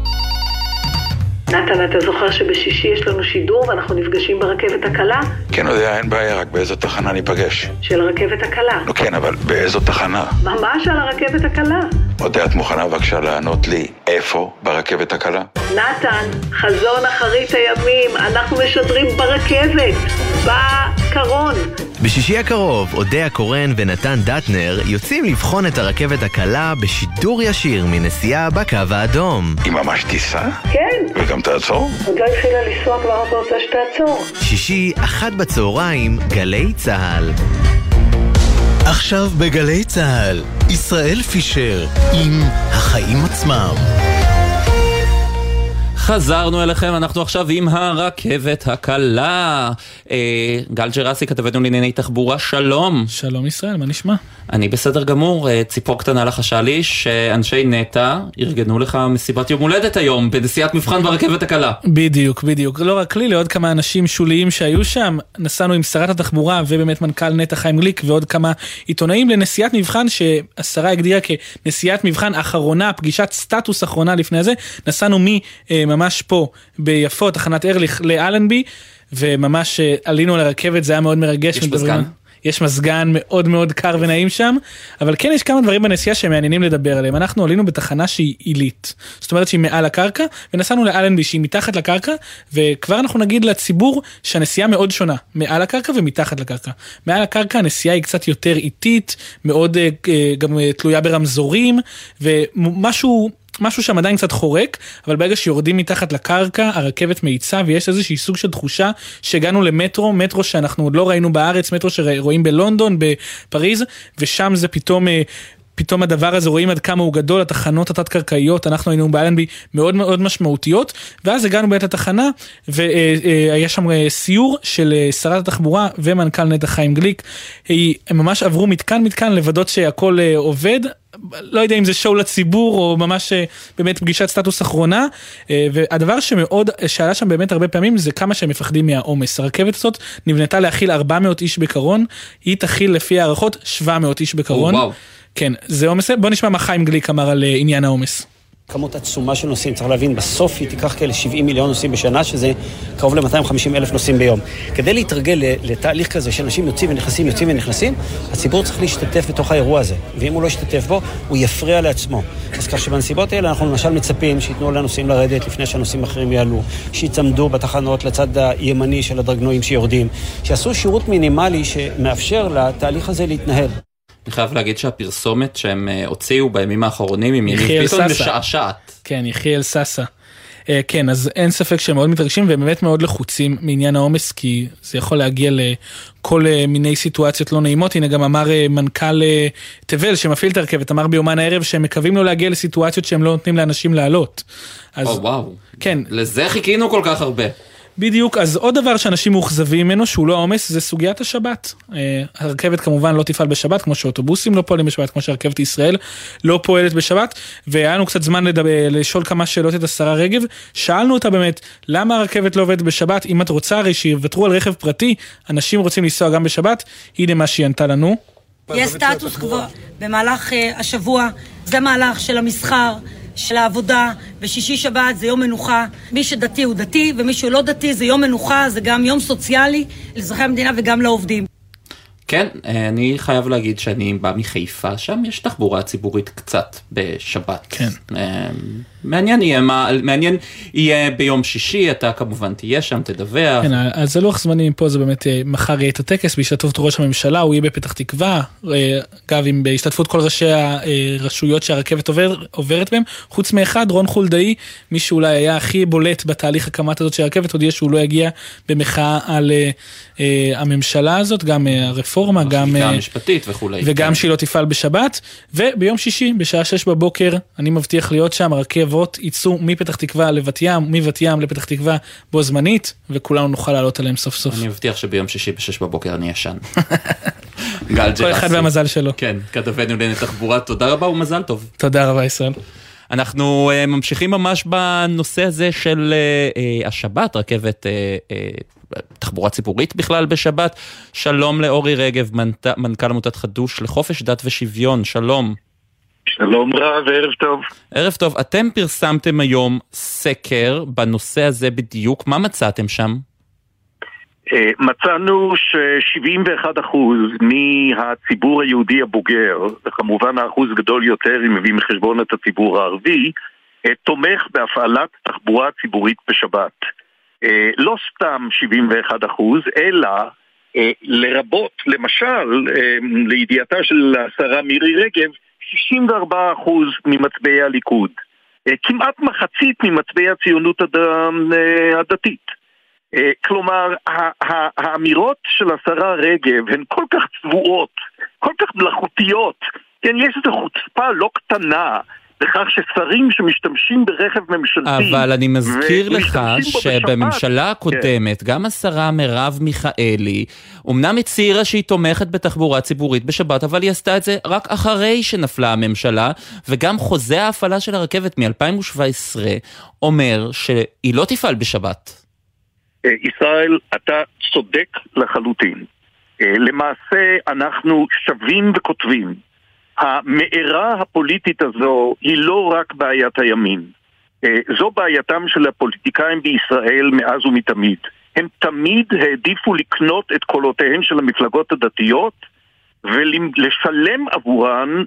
נתן, אתה זוכר שבשישי יש לנו שידור ואנחנו נפגשים ברכבת הקלה? כן, יודע, אין בעיה, רק באיזו תחנה ניפגש. של הרכבת הקלה. לא, כן, אבל באיזו תחנה? ממש על הרכבת הקלה. יודע, את מוכנה בבקשה לענות לי איפה ברכבת הקלה? נתן, חזון אחרית הימים, אנחנו משדרים ברכבת, בקרון. בשישי הקרוב, אודיה קורן ונתן דטנר יוצאים לבחון את הרכבת הקלה בשידור ישיר מנסיעה בקו האדום. היא ממש טיסה? כן. וגם תעצור? עוד לא התחילה לנסוע, כבר אתה רוצה שתעצור. שישי, 13:00, גלי צהל. עכשיו בגלי צהל, ישראל פישר עם החיים עצמם. חזרנו אליכם, אנחנו עכשיו עם הרכבת הקלה. גל ג'רסי, כתבנו לענייני תחבורה, שלום. שלום ישראל, מה נשמע? אני בסדר גמור, ציפור קטנה לחשה לי שאנשי נטע ארגנו לך מסיבת יום הולדת היום, בנסיעת מבחן ברכבת הקלה. בדיוק, בדיוק. לא רק לי, לעוד כמה אנשים שוליים שהיו שם, נסענו עם שרת התחבורה ובאמת מנכ"ל נטע חיים גליק ועוד כמה עיתונאים לנסיעת מבחן שהשרה הגדירה כנסיעת מבחן אחרונה, פגישת סטטוס אחרונה לפני זה. נסענו ממש פה ביפו, תחנת ארליך לאלנבי, וממש עלינו על הרכבת, זה היה מאוד מרגש. יש מזגן? יש מזגן מאוד מאוד קר ונעים שם, אבל כן יש כמה דברים בנסיעה שמעניינים לדבר עליהם. אנחנו עלינו בתחנה שהיא עילית, זאת אומרת שהיא מעל הקרקע, ונסענו לאלנבי שהיא מתחת לקרקע, וכבר אנחנו נגיד לציבור שהנסיעה מאוד שונה, מעל הקרקע ומתחת לקרקע. מעל הקרקע הנסיעה היא קצת יותר איטית, מאוד גם תלויה ברמזורים, משהו שם עדיין קצת חורק, אבל ברגע שיורדים מתחת לקרקע, הרכבת מאיצה, ויש איזושהי סוג של תחושה שהגענו למטרו, מטרו שאנחנו עוד לא ראינו בארץ, מטרו שרואים בלונדון, בפריז, ושם זה פתאום הדבר הזה, רואים עד כמה הוא גדול, התחנות התת-קרקעיות, אנחנו היינו באלנבי מאוד מאוד משמעותיות, ואז הגענו בעת התחנה, והיה שם סיור של שרת התחבורה ומנכ"ל נטע חיים גליק, הם ממש עברו מתקן לוודות שהכל עובד, לא יודע אם זה שואו לציבור, או ממש באמת פגישת סטטוס אחרונה, והדבר שמאוד שעלה שם באמת הרבה פעמים, זה כמה שהם מפחדים מהעומס. הרכבת הזאת נבנתה להכיל 400 איש בקרון, היא תכיל לפי הערכות 700 איש בקרון. וואו. כן, זה עומס. בוא נשמע מה חיים גליק אמר על עניין העומס. כמות עצומה של נוסעים, צריך להבין, בסוף היא תיקח כאלה 70 מיליון נוסעים בשנה, שזה קרוב ל-250,000 נוסעים ביום. כדי להתרגל לתהליך כזה שאנשים יוצאים ונכנסים, הציבור צריך להשתתף בתוך האירוע הזה, ואם הוא לא ישתתף בו, הוא יפריע לעצמו. אז כך שבנסיבות האלה אנחנו למשל מצפים שיתנו לנוסעים לרדת לפני שהנוסעים אחרים יעלו, שיצמדו בתחנות לצד הימני של הדרגנועים שיורדים, שיעשו שירות מינימלי שמאפשר לתהליך הזה להתנהל. אני חייב להגיד שהפרסומת שהם הוציאו בימים האחרונים עם יניב ביטון משעשעת. כן, יחיאל ססה. כן, אז אין ספק שהם מאוד מתרגשים והם באמת מאוד לחוצים מעניין העומס, כי זה יכול להגיע לכל מיני סיטואציות לא נעימות. הנה גם אמר מנכ"ל תבל שמפעיל את הרכבת, אמר ביומן הערב שהם מקווים לו להגיע לסיטואציות שהם לא נותנים לאנשים לעלות. וואו, כן. לזה חיכינו כל כך הרבה. בדיוק, אז עוד דבר שאנשים מאוכזבים ממנו, שהוא לא העומס, זה סוגיית השבת. הרכבת כמובן לא תפעל בשבת, כמו שאוטובוסים לא פועלים בשבת, כמו שהרכבת ישראל לא פועלת בשבת, והיה לנו קצת זמן לשאול כמה שאלות את השרה רגב. שאלנו אותה באמת, למה הרכבת לא עובדת בשבת? אם את רוצה הרי שיוותרו על רכב פרטי, אנשים רוצים לנסוע גם בשבת, הנה מה שהיא ענתה לנו. יש סטטוס כבר במהלך השבוע, זה מהלך של המסחר, של העבודה, ושישי שבת זה יום מנוחה. מי שדתי הוא דתי, ומי שהוא לא דתי זה יום מנוחה, זה גם יום סוציאלי לאזרחי המדינה וגם לעובדים. כן, אני חייב להגיד שאני בא מחיפה, שם יש תחבורה ציבורית קצת בשבת. כן. מעניין יהיה ביום שישי, אתה כמובן תהיה שם, תדווח. כן, אז הלוח זמנים פה זה באמת, מחר יהיה את הטקס בהשתתפות ראש הממשלה, הוא יהיה בפתח תקווה, אגב, בהשתתפות כל ראשי הרשויות שהרכבת עוברת בהם, חוץ מאחד, רון חולדאי, מי שאולי היה הכי בולט בתהליך הקמת הזאת של הרכבת, הודיע שהוא לא יגיע במחאה על הממשלה הזאת, גם הרפורמה, גם המשפטית וכולי. וגם שהיא לא תפעל בשבת, וביום שישי, בשעה 6 בבוקר, אני מבטיח להיות שם, הרכבות ייצאו מפתח תקווה לבת ים, מבת ים לפתח תקווה בו זמנית, וכולנו נוכל לעלות עליהם סוף סוף. אני מבטיח שביום שישי ב6 בבוקר אני ישן. כל אחד והמזל שלו. כן, כתבנו לענייני תחבורה, תודה רבה ומזל טוב. תודה רבה ישראל. אנחנו ממשיכים ממש בנושא הזה של השבת, רכבת תחבורה ציבורית בכלל בשבת. שלום לאורי רגב, מנכ"ל עמותת חדוש לחופש דת ושוויון, שלום. שלום רב, ערב טוב. ערב טוב, אתם פרסמתם היום סקר בנושא הזה בדיוק, מה מצאתם שם? מצאנו ש71% מהציבור היהודי הבוגר, וכמובן האחוז גדול יותר אם מביאים בחשבון את הציבור הערבי, תומך בהפעלת תחבורה ציבורית בשבת. לא סתם 71%, אלא לרבות, למשל, לידיעתה של השרה מירי רגב, 64% ממצביעי הליכוד. כמעט מחצית ממצביעי הציונות הדתית. כלומר, האמירות של השרה רגב הן כל כך צבועות, כל כך מלאכותיות. כן, יש איזו חוצפה לא קטנה בכך ששרים שמשתמשים ברכב ממשלתי... אבל אני מזכיר לך שבממשלה הקודמת, גם השרה מרב מיכאלי, אמנם הצהירה שהיא תומכת בתחבורה ציבורית בשבת, אבל היא עשתה את זה רק אחרי שנפלה הממשלה, וגם חוזה ההפעלה של הרכבת מ-2017 אומר שהיא לא תפעל בשבת. ישראל, אתה צודק לחלוטין. למעשה אנחנו שווים וכותבים. המארה הפוליטית הזו היא לא רק בעיית הימין. זו בעייתם של הפוליטיקאים בישראל מאז ומתמיד. הם תמיד העדיפו לקנות את קולותיהן של המפלגות הדתיות ולשלם עבורן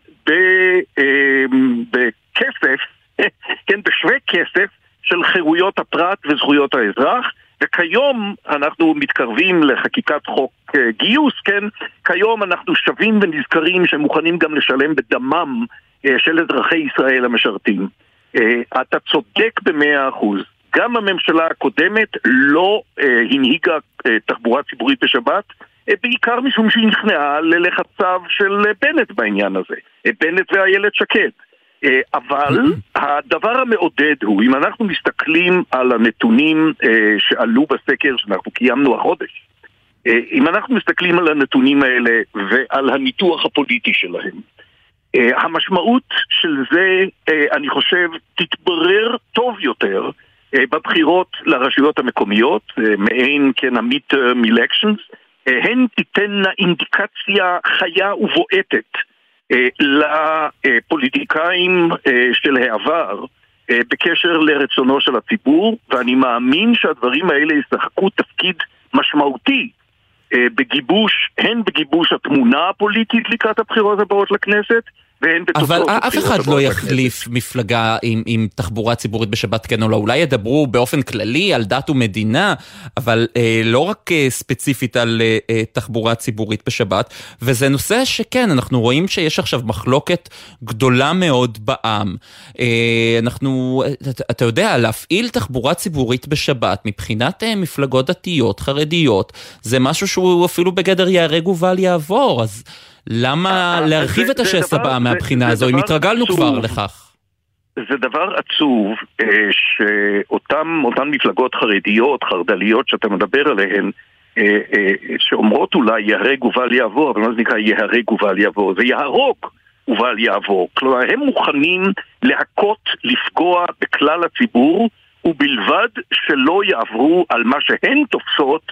בכסף, כן, בשווה כסף של חירויות הפרט וזכויות האזרח. וכיום אנחנו מתקרבים לחקיקת חוק גיוס, כן? כיום אנחנו שווים ונזכרים שמוכנים גם לשלם בדמם של אזרחי ישראל המשרתים. אתה צודק ב100%. גם הממשלה הקודמת לא הנהיגה תחבורה ציבורית בשבת, בעיקר משום שהיא נכנעה ללחציו של בנט בעניין הזה. בנט ואיילת שקד. אבל הדבר המעודד הוא, אם אנחנו מסתכלים על הנתונים שעלו בסקר שאנחנו קיימנו החודש, אם אנחנו מסתכלים על הנתונים האלה ועל הניתוח הפוליטי שלהם, המשמעות של זה, אני חושב, תתברר טוב יותר בבחירות לרשויות המקומיות, מעין כן ה-midterm elections, הן תיתנה אינדיקציה חיה ובועטת לפוליטיקאים של העבר בקשר לרצונו של הציבור, ואני מאמין שהדברים האלה ישחקו תפקיד משמעותי בגיבוש, הן בגיבוש התמונה הפוליטית לקראת הבחירות הבאות לכנסת, אבל אף אחד לא יחליף מפלגה עם תחבורה ציבורית בשבת כן או לא, אולי ידברו באופן כללי על דת ומדינה, אבל לא רק ספציפית על תחבורה ציבורית בשבת, וזה נושא שכן, אנחנו רואים שיש עכשיו מחלוקת גדולה מאוד בעם. אתה יודע, להפעיל תחבורה ציבורית בשבת, מבחינת מפלגות דתיות, חרדיות, זה משהו שהוא אפילו בגדר יהרג ובל יעבור, אז למה להרחיב את השסע בעם מהבחינה הזו, אם התרגלנו כבר לכך? זה דבר עצוב שאותן מפלגות חרדיות, חרדליות שאתה מדבר עליהן, שאומרות אולי יהרג ובל יעבור, אבל מה זה נקרא יהרג ובל יעבור? זה יהרוג ובל יעבור. כלומר, הם מוכנים להכות, לפגוע בכלל הציבור, ובלבד שלא יעברו על מה שהן תופסות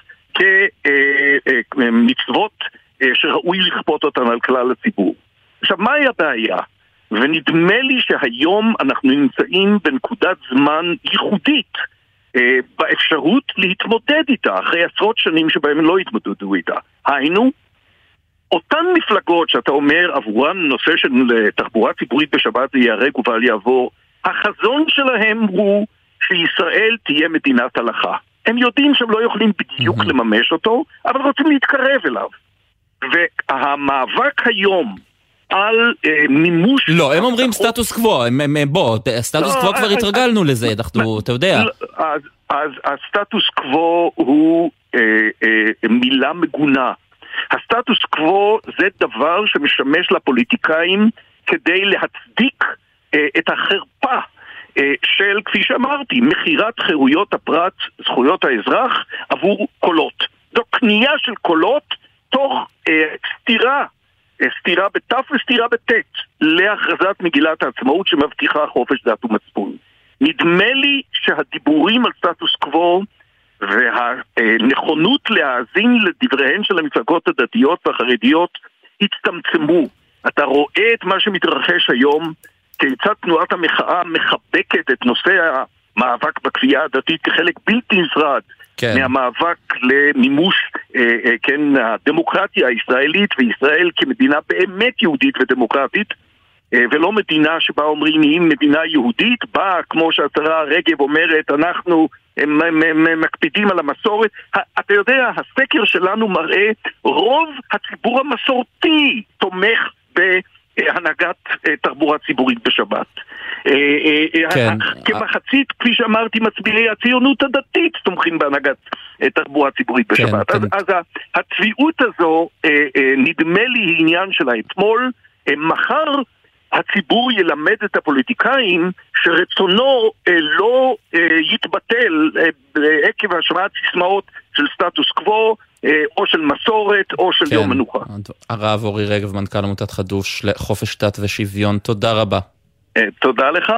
כמצוות שראוי לכפות אותן על כלל הציבור. עכשיו, מהי הבעיה? ונדמה לי שהיום אנחנו נמצאים בנקודת זמן ייחודית באפשרות להתמודד איתה, אחרי עשרות שנים שבהם לא התמודדו איתה. היינו, אותן מפלגות שאתה אומר עבורן נושא של תחבורה ציבורית בשבת זה יהרג ובל יעבור, החזון שלהם הוא שישראל תהיה מדינת הלכה. הם יודעים שהם לא יכולים בדיוק לממש אותו, אבל רוצים להתקרב אליו. והמאבק היום על מימוש... לא, הם אומרים סטטוס קוו, בוא, סטטוס קוו כבר התרגלנו לזה, אתה יודע. אז הסטטוס קוו הוא מילה מגונה. הסטטוס קוו זה דבר שמשמש לפוליטיקאים כדי להצדיק את החרפה של, כפי שאמרתי, מחירת חירויות הפרט, זכויות האזרח עבור קולות. זו קנייה של קולות תוך סתירה בתף וסתירה בתת להכרזת מגילת העצמאות שמבטיחה חופש דת ומצפון. נדמה לי שהדיבורים על סטטוס קוו והנכונות להאזין לדבריהן של המפלגות הדתיות והחרדיות הצטמצמו. אתה רואה את מה שמתרחש היום, כיצד תנועת המחאה מחבקת את נושא המאבק בכפייה הדתית כחלק בלתי נפרד מהמאבק למימוש הדמוקרטיה הישראלית, וישראל כמדינה באמת יהודית ודמוקרטית, ולא מדינה שבה אומרים אם מדינה יהודית באה כמו שהשרה רגב אומרת אנחנו מקפידים על המסורת. אתה יודע, הסקר שלנו מראה רוב הציבור המסורתי תומך בהנהגת תחבורה ציבורית בשבת. כמחצית, כפי שאמרתי, מצביעי הציונות הדתית תומכים בהנהגת תחבורה ציבורית בשבת. אז הצביעות הזו נדמה לי היא עניין של האתמול. מחר הציבור ילמד את הפוליטיקאים שרצונו לא יתבטל עקב השמעת סיסמאות של סטטוס קוו או של מסורת או של יום מנוחה. הרב אורי רגב, מנכ"ל עמותת חדוש לחופש דת ושוויון, תודה רבה. תודה לך.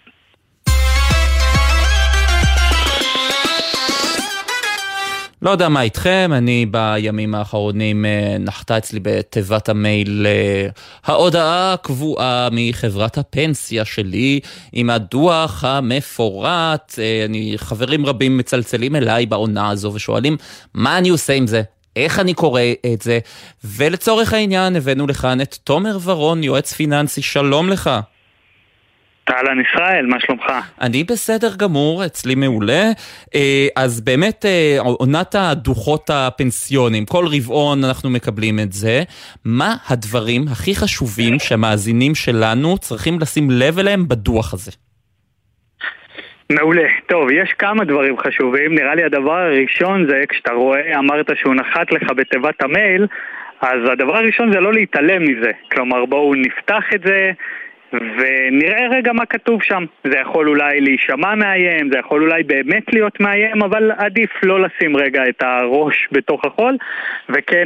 לא יודע מה איתכם, אני בימים האחרונים נחתה אצלי בתיבת המייל ההודעה הקבועה מחברת הפנסיה שלי עם הדוח המפורט. חברים רבים מצלצלים אליי בעונה הזו ושואלים מה אני עושה עם זה, איך אני קורא את זה, ולצורך העניין הבאנו לכאן את תומר ורון, יועץ פיננסי. שלום לך. אהלן ישראל, מה שלומך? אני בסדר גמור, אצלי מעולה. אז באמת עונת הדוחות הפנסיונים, כל רבעון אנחנו מקבלים את זה. מה הדברים הכי חשובים שהמאזינים שלנו צריכים לשים לב אליהם בדוח הזה? מעולה. טוב, יש כמה דברים חשובים. נראה לי הדבר הראשון זה, כשאתה רואה, אמרת שהוא נחת לך בתיבת המייל, אז הדבר הראשון זה לא להתעלם מזה. כלומר, בואו נפתח את זה ונראה רגע מה כתוב שם. זה יכול אולי להישמע מאיים, זה יכול אולי באמת להיות מאיים, אבל עדיף לא לשים רגע את הראש בתוך החול, וכן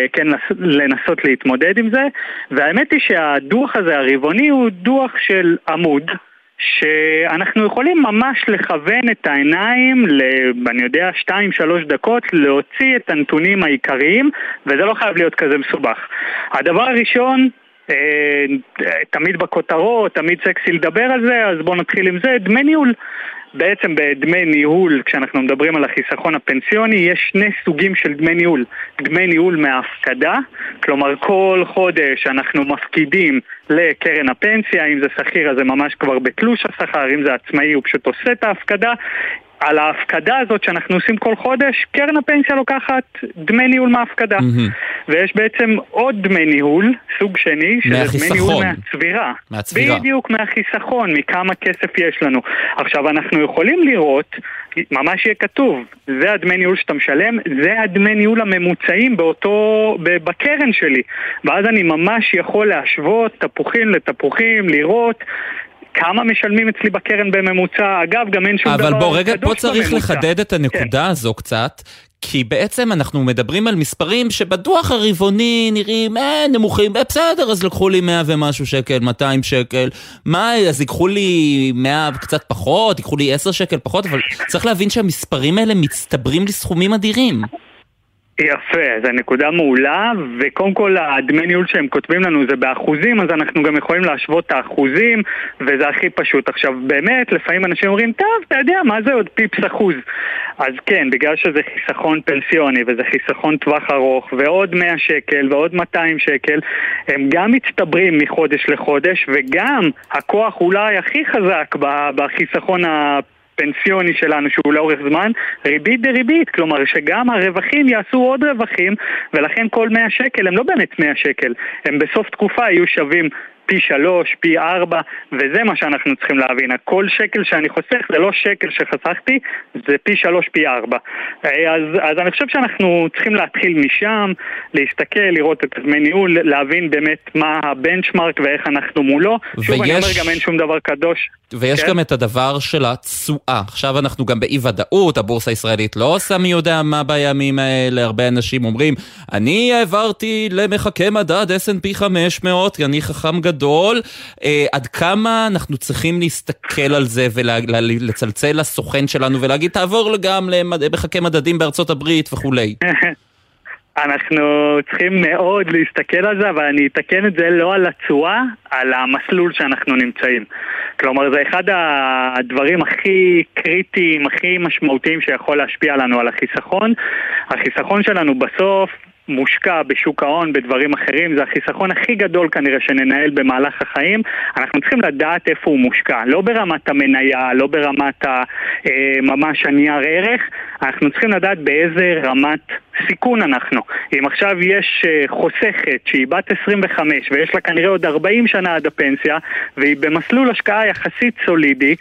לנסות להתמודד עם זה. והאמת היא שהדוח הזה הרבעוני הוא דוח של עמוד, שאנחנו יכולים ממש לכוון את העיניים, אני יודע, 2-3 דקות, להוציא את הנתונים העיקריים, וזה לא חייב להיות כזה מסובך. הדבר הראשון, תמיד בכותרות, תמיד סקסי לדבר על זה, אז בואו נתחיל עם זה. דמי ניהול. בעצם בדמי ניהול, כשאנחנו מדברים על החיסכון הפנסיוני, יש שני סוגים של דמי ניהול. דמי ניהול מההפקדה, כלומר כל חודש אנחנו מפקידים לקרן הפנסיה, אם זה שכיר אז זה ממש כבר בתלוש השכר, אם זה עצמאי הוא פשוט עושה את ההפקדה. על ההפקדה הזאת שאנחנו עושים כל חודש, קרן הפנסיה לוקחת דמי ניהול מההפקדה. ויש בעצם עוד דמי ניהול, סוג שני, שזה דמי ניהול מהצבירה. בדיוק, מהחיסכון, מכמה כסף יש לנו. עכשיו אנחנו יכולים לראות, ממש יהיה כתוב, זה הדמי ניהול שאתה משלם, זה הדמי ניהול הממוצעים בקרן שלי. ואז אני ממש יכול להשוות תפוחים לתפוחים, לראות כמה משלמים אצלי בקרן בממוצע, אגב, גם אין שום דבר... אבל בוא רגע, פה צריך לחדד את הנקודה הזו קצת, כי בעצם אנחנו מדברים על מספרים שבדוח הרבעוני נראים נמוכים, בסדר, אז לקחו לי 100 ומשהו שקל, 200 שקל, מה, אז ייקחו לי 100 קצת פחות, ייקחו לי 10 שקל פחות, אבל צריך להבין שהמספרים האלה מצטברים לסכומים אדירים. יפה, זו נקודה מעולה, וקודם כל הדמי ניהול שהם כותבים לנו זה באחוזים, אז אנחנו גם יכולים להשוות את האחוזים, וזה הכי פשוט. עכשיו באמת, לפעמים אנשים אומרים, טוב, אתה יודע, מה זה עוד פיפס אחוז? אז כן, בגלל שזה חיסכון פנסיוני, וזה חיסכון טווח ארוך, ועוד 100 שקל, ועוד 200 שקל, הם גם מצטברים מחודש לחודש, וגם הכוח אולי הכי חזק בחיסכון פנסיוני שלנו שהוא לאורך זמן, ריבית דריבית, כלומר שגם הרווחים יעשו עוד רווחים, ולכן כל 100 שקל הם לא באמת 100 שקל, הם בסוף תקופה יהיו שווים פי 3, פי 4, וזה מה שאנחנו צריכים להבין. כל שקל שאני חוסך זה לא שקל שחסכתי, זה פי 3, פי 4. אז אני חושב שאנחנו צריכים להתחיל משם, להסתכל, לראות את דמי ניהול, להבין באמת מה הבנצ'מרק ואיך אנחנו מולו. שוב, אני אומר, גם אין שום דבר קדוש. ויש גם את הדבר של התשואה. עכשיו אנחנו גם באי ודאות, הבורסה הישראלית לא עושה מי יודע מה בימים האלה, הרבה אנשים אומרים, אני העברתי למחכה מדד S&P 500, אני חכם גדול, עד כמה אנחנו צריכים להסתכל על זה ולצלצל לסוכן שלנו ולהגיד, תעבור גם למחכה מדדים בארצות הברית וכולי. אנחנו צריכים מאוד להסתכל על זה, אבל אני אתקן את זה לא על התשואה, על המסלול שאנחנו נמצאים. כלומר, זה אחד הדברים הכי קריטיים, הכי משמעותיים שיכול להשפיע לנו על החיסכון. החיסכון שלנו בסוף מושקע בשוק ההון, בדברים אחרים, זה החיסכון הכי גדול כנראה שננהל במהלך החיים. אנחנו צריכים לדעת איפה הוא מושקע, לא ברמת המניה, לא ברמת ממש הנייר ערך, אנחנו צריכים לדעת באיזה רמת סיכון אנחנו. אם עכשיו יש חוסכת שהיא בת 25 ויש לה כנראה עוד 40 שנה עד הפנסיה, והיא במסלול השקעה יחסית סולידי,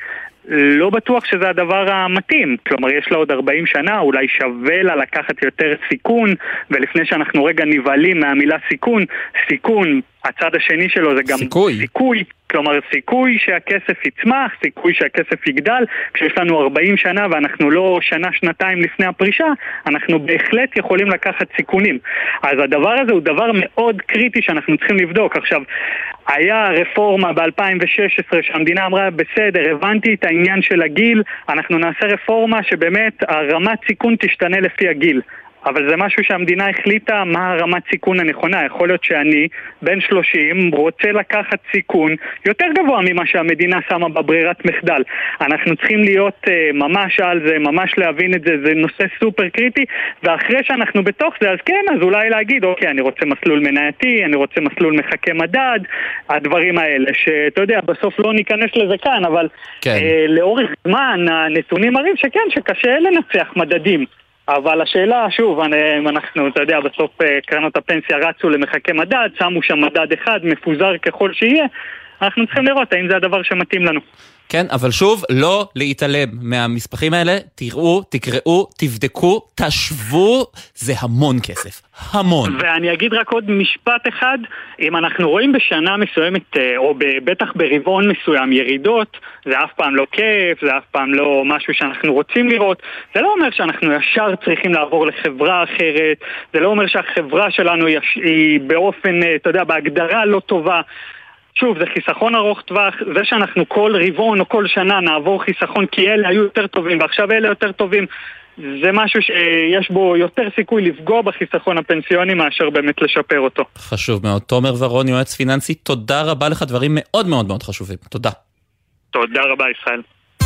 לא בטוח שזה הדבר המתאים. כלומר, יש לה עוד 40 שנה, אולי שווה לה לקחת יותר סיכון, ולפני שאנחנו רגע נבהלים מהמילה סיכון, סיכון, הצד השני שלו זה גם סיכוי. כלומר, סיכוי שהכסף יצמח, סיכוי שהכסף יגדל. כשיש לנו 40 שנה ואנחנו לא שנה, שנתיים לפני הפרישה, אנחנו בהחלט יכולים לקחת סיכונים. אז הדבר הזה הוא דבר מאוד קריטי שאנחנו צריכים לבדוק. עכשיו, היה רפורמה ב-2016 שהמדינה אמרה, בסדר, הבנתי את העניין של הגיל, אנחנו נעשה רפורמה שבאמת הרמת סיכון תשתנה לפי הגיל. אבל זה משהו שהמדינה החליטה מה הרמת סיכון הנכונה. יכול להיות שאני, בן 30, רוצה לקחת סיכון יותר גבוה ממה שהמדינה שמה בברירת מחדל. אנחנו צריכים להיות ממש על זה, ממש להבין את זה, זה נושא סופר קריטי, ואחרי שאנחנו בתוך זה, אז כן, אז אולי להגיד, אוקיי, אני רוצה מסלול מנייתי, אני רוצה מסלול מחכה מדד, הדברים האלה, שאתה יודע, בסוף לא ניכנס לזה כאן, אבל כן. לאורך זמן, הנתונים מראים שכן, שקשה לנצח מדדים. אבל השאלה, שוב, אנחנו, אתה יודע, בסוף קרנות הפנסיה רצו למחכה מדד, שמו שם מדד אחד, מפוזר ככל שיהיה, אנחנו צריכים לראות האם זה הדבר שמתאים לנו. כן, אבל שוב, לא להתעלם מהמספרים האלה, תראו, תקראו, תבדקו, תשוו, זה המון כסף, המון. ואני אגיד רק עוד משפט אחד, אם אנחנו רואים בשנה מסוימת, או בטח ברבעון מסוים ירידות, זה אף פעם לא כיף, זה אף פעם לא משהו שאנחנו רוצים לראות, זה לא אומר שאנחנו ישר צריכים לעבור לחברה אחרת, זה לא אומר שהחברה שלנו היא באופן, אתה יודע, בהגדרה לא טובה, שוב, זה חיסכון ארוך טווח, זה שאנחנו כל רבעון או כל שנה נעבור חיסכון כי אלה היו יותר טובים ועכשיו אלה יותר טובים, זה משהו שיש בו יותר סיכוי לפגוע בחיסכון הפנסיוני מאשר באמת לשפר אותו. חשוב מאוד. תומר ורון, יועץ פיננסי, תודה רבה לך, דברים מאוד מאוד מאוד חשובים. תודה. תודה רבה, ישראל.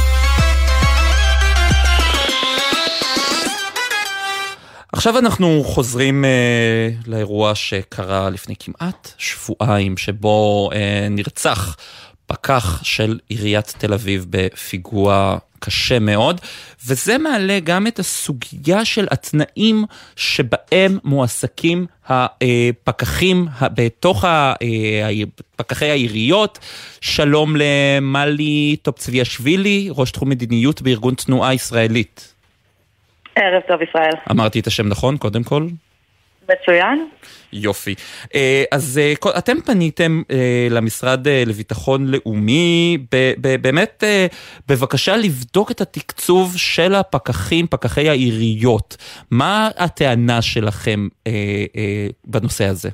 עכשיו אנחנו חוזרים לאירוע שקרה לפני כמעט שבועיים, שבו נרצח פקח של עיריית תל אביב בפיגוע קשה מאוד, וזה מעלה גם את הסוגיה של התנאים שבהם מועסקים הפקחים בתוך פקחי העיריות. שלום למלי טופצביאשווילי, ראש תחום מדיניות בארגון תנועה ישראלית. ערב טוב ישראל. אמרתי את השם נכון קודם כל? מצוין. יופי. אז אתם פניתם למשרד לביטחון לאומי, באמת בבקשה לבדוק את התקצוב של הפקחים, פקחי העיריות. מה הטענה שלכם בנושא הזה?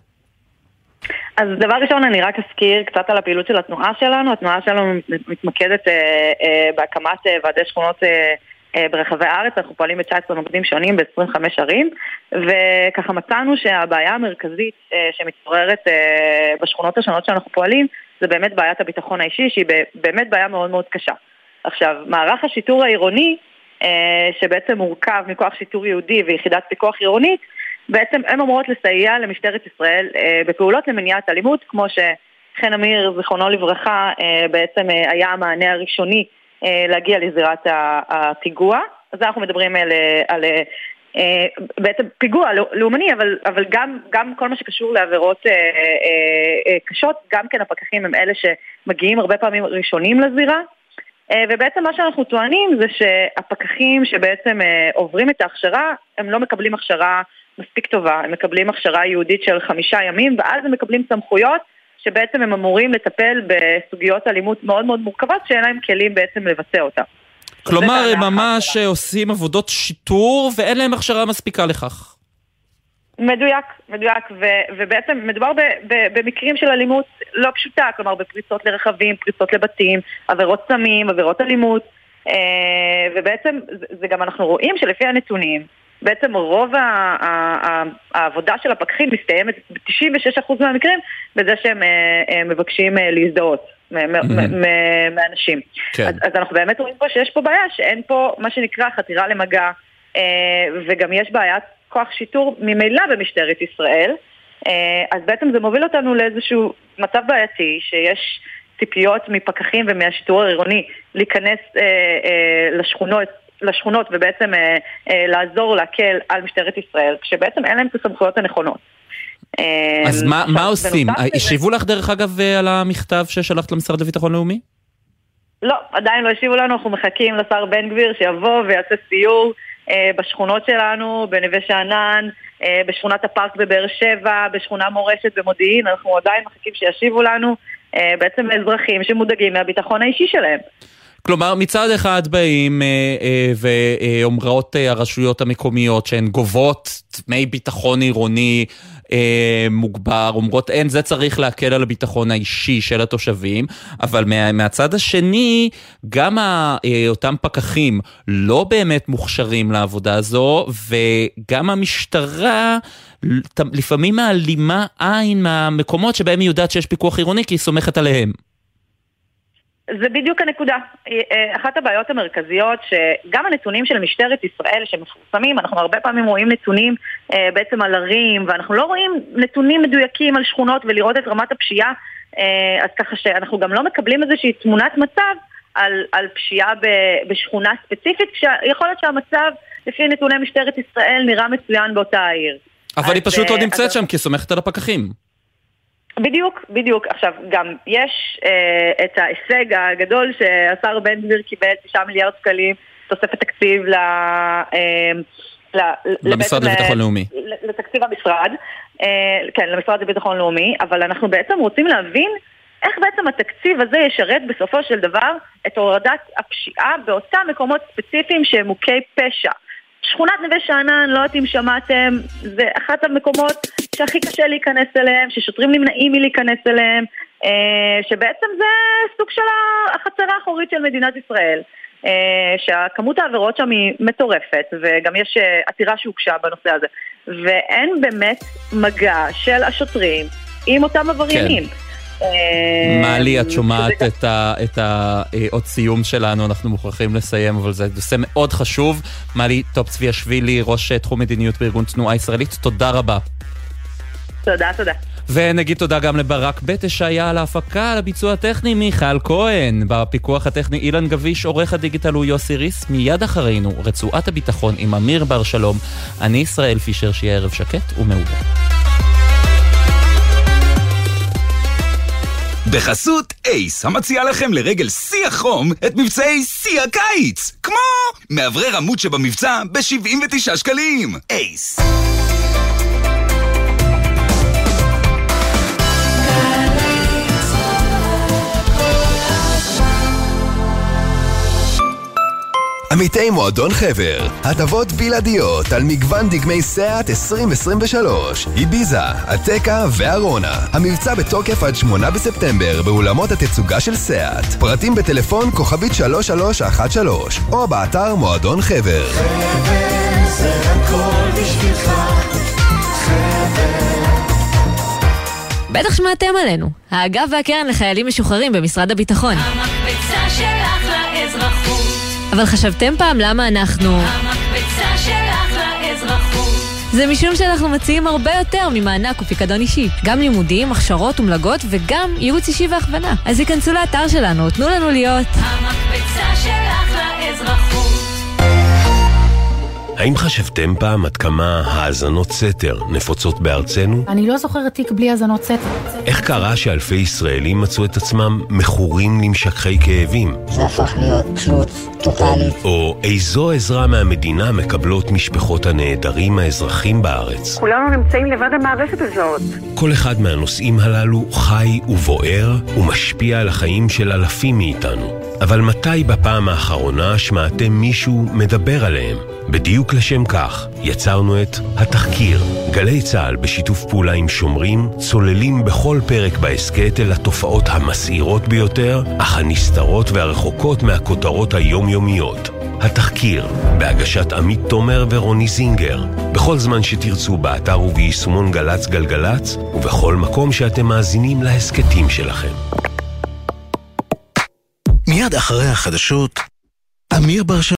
אז דבר ראשון אני רק אזכיר קצת על הפעילות של התנועה שלנו. התנועה שלנו מתמקדת בהקמת ועדי שכונות ברחבי הארץ. אנחנו פועלים ב-19 מוקדים שונים ב-25 ערים, וככה מצאנו שהבעיה המרכזית שמתעוררת בשכונות השונות שאנחנו פועלים זה באמת בעיית הביטחון האישי, שהיא באמת בעיה מאוד מאוד קשה. עכשיו, מערך השיטור העירוני שבעצם מורכב מכוח שיטור יהודי ויחידת פיקוח עירונית, בעצם הן אמורות לסייע למשטרת ישראל בפעולות למניעת אלימות, כמו שחן אמיר זיכרונו לברכה בעצם היה המענה הראשוני להגיע לזירת הפיגוע. אז אנחנו מדברים על בעצם פיגוע לאומני, אבל גם כל מה שקשור לעבירות קשות, גם כן הפקחים הם אלה שמגיעים הרבה פעמים ראשונים לזירה, ובעצם מה שאנחנו טוענים זה שהפקחים שבעצם עוברים את ההכשרה, הם לא מקבלים הכשרה מספיק טובה, הם מקבלים הכשרה יהודית של 5 ימים, ואז הם מקבלים סמכויות שבעצם הם אמורים לטפל בסוגיות אלימות מאוד מאוד מורכבות, שאין להם כלים בעצם לבצע אותה. כלומר, הם ממש עושים עבודות שיטור, ואין להם הכשרה מספיקה לכך. מדויק, ובעצם מדובר במקרים של אלימות לא פשוטה, כלומר בפריצות לרכבים, פריצות לבתים, עבירות סמים, עבירות אלימות, ובעצם זה גם אנחנו רואים שלפי הנתונים, בעצם רוב העבודה של הפקחים מסתיימת ב-96% מהמקרים בזה שהם מבקשים להזדהות מאנשים. אז אנחנו באמת רואים פה שיש פה בעיה, שאין פה מה שנקרא חתירה למגע, וגם יש בעיית כוח שיטור ממילא במשטרת ישראל. אז בעצם זה מוביל אותנו לאיזשהו מצב בעייתי, שיש ציפיות מפקחים ומהשיטור העירוני להיכנס לשכונות ובעצם לעזור להקל על משטרת ישראל, כשבעצם אין להם את הסמכויות הנכונות. אז מה עושים? השיבו לך דרך אגב על המכתב ששלחת למשרד לביטחון לאומי? לא, עדיין לא השיבו לנו, אנחנו מחכים לשר בן גביר שיבוא ויעשה סיור בשכונות שלנו, בנווה שאנן, בשכונת הפארק בבאר שבע, בשכונה מורשת במודיעין, אנחנו עדיין מחכים שישיבו לנו בעצם אזרחים שמודאגים מהביטחון האישי שלהם. כלומר, מצד אחד באים ואומרות הרשויות המקומיות שהן גובות דמי ביטחון עירוני מוגבר, אומרות אין, זה צריך להקל על הביטחון האישי של התושבים, אבל מהצד השני, גם אותם פקחים לא באמת מוכשרים לעבודה הזו, וגם המשטרה לפעמים מעלימה עין מהמקומות שבהם היא יודעת שיש פיקוח עירוני, כי היא סומכת עליהם. זה בדיוק הנקודה. אחת הבעיות המרכזיות שגם הנתונים של משטרת ישראל שמפורסמים, אנחנו הרבה פעמים רואים נתונים בעצם על ערים, ואנחנו לא רואים נתונים מדויקים על שכונות ולראות את רמת הפשיעה, אז ככה שאנחנו גם לא מקבלים איזושהי תמונת מצב על פשיעה בשכונה ספציפית, כשיכול להיות שהמצב לפי נתוני משטרת ישראל נראה מצוין באותה העיר. אבל היא פשוט לא נמצאת שם כי סומכת על הפקחים. בדיוק. עכשיו, גם יש את ההישג הגדול שהשר בן גביר קיבל 9 מיליארד שקלים תוספת תקציב למשרד לביטחון לאומי. לתקציב המשרד, כן, למשרד לביטחון לאומי, אבל אנחנו בעצם רוצים להבין איך בעצם התקציב הזה ישרת בסופו של דבר את הורדת הפשיעה באותם מקומות ספציפיים שהם מוכי פשע. שכונת נווה שאנן, לא יודעת אם שמעתם, זה אחת המקומות שהכי קשה להיכנס אליהם, ששוטרים נמנעים מלהיכנס אליהם, שבעצם זה סוג של החצר האחורית של מדינת ישראל, שהכמות העבירות שם היא מטורפת, וגם יש עתירה שהוגשה בנושא הזה, ואין באמת מגע של השוטרים עם אותם עבריינים. כן. מעלי, את שומעת את האות סיום שלנו, אנחנו מוכרחים לסיים, אבל זה נושא מאוד חשוב. מעלי טופ-צביאשווילי, ראש תחום מדיניות בארגון תנועה ישראלית, תודה רבה. תודה. ונגיד תודה גם לברק בטש שהיה על ההפקה, על הביצוע הטכני מיכל כהן, בפיקוח הטכני אילן גביש, עורך הדיגיטל הוא יוסי ריס, מיד אחרינו רצועת הביטחון עם אמיר בר שלום. אני ישראל פישר, שיהיה ערב שקט ומעולה. בחסות אייס, המציע לכם לרגל שיא החום את מבצעי שיא הקיץ, כמו מאוורר עמוד שבמבצע ב-79 שקלים. אייס. עמיתי מועדון חבר, הטבות בלעדיות על מגוון דגמי סאט 2023, איביזה, אטקה וארונה. המבצע בתוקף עד 8 בספטמבר באולמות התצוגה של סאט. פרטים בטלפון כוכבית 3313 או באתר מועדון חבר. חבר זה הכל בשבילך, חבר. בטח שמעתם עלינו, האגף והקרן לחיילים משוחררים במשרד הביטחון. המקבצה שלך לאזרחות. אבל חשבתם פעם למה אנחנו... המקבצה שלך לאזרחות. זה משום שאנחנו מציעים הרבה יותר ממענק ופיקדון אישי. גם לימודים, הכשרות ומלגות וגם ייעוץ אישי והכוונה. אז היכנסו לאתר שלנו, תנו לנו להיות... המקבצה שלך לאזרחות. האם חשבתם פעם עד כמה האזנות סתר נפוצות בארצנו? אני לא זוכרת תיק בלי האזנות סתר. איך קרה שאלפי ישראלים מצאו את עצמם מכורים למשככי כאבים? זה הפך להיות תלות טוטלית. או איזו עזרה מהמדינה מקבלות משפחות הנעדרים האזרחים בארץ? כולנו נמצאים לבד המערכת הזאת. כל אחד מהנושאים הללו חי ובוער ומשפיע על החיים של אלפים מאיתנו. אבל מתי בפעם האחרונה שמעתם מישהו מדבר עליהם? בדיוק לשם כך יצרנו את התחקיר. גלי צהל בשיתוף פעולה עם שומרים צוללים בכל פרק בעסקת אל התופעות המסעירות ביותר, אך הנסתרות והרחוקות מהכותרות היומיומיות. התחקיר, בהגשת עמית תומר ורוני זינגר, בכל זמן שתרצו באתר וביישומון גלץ גלגלץ, ובכל מקום שאתם מאזינים להסקטים שלכם. מיד אחרי החדשות, אמיר ברשת.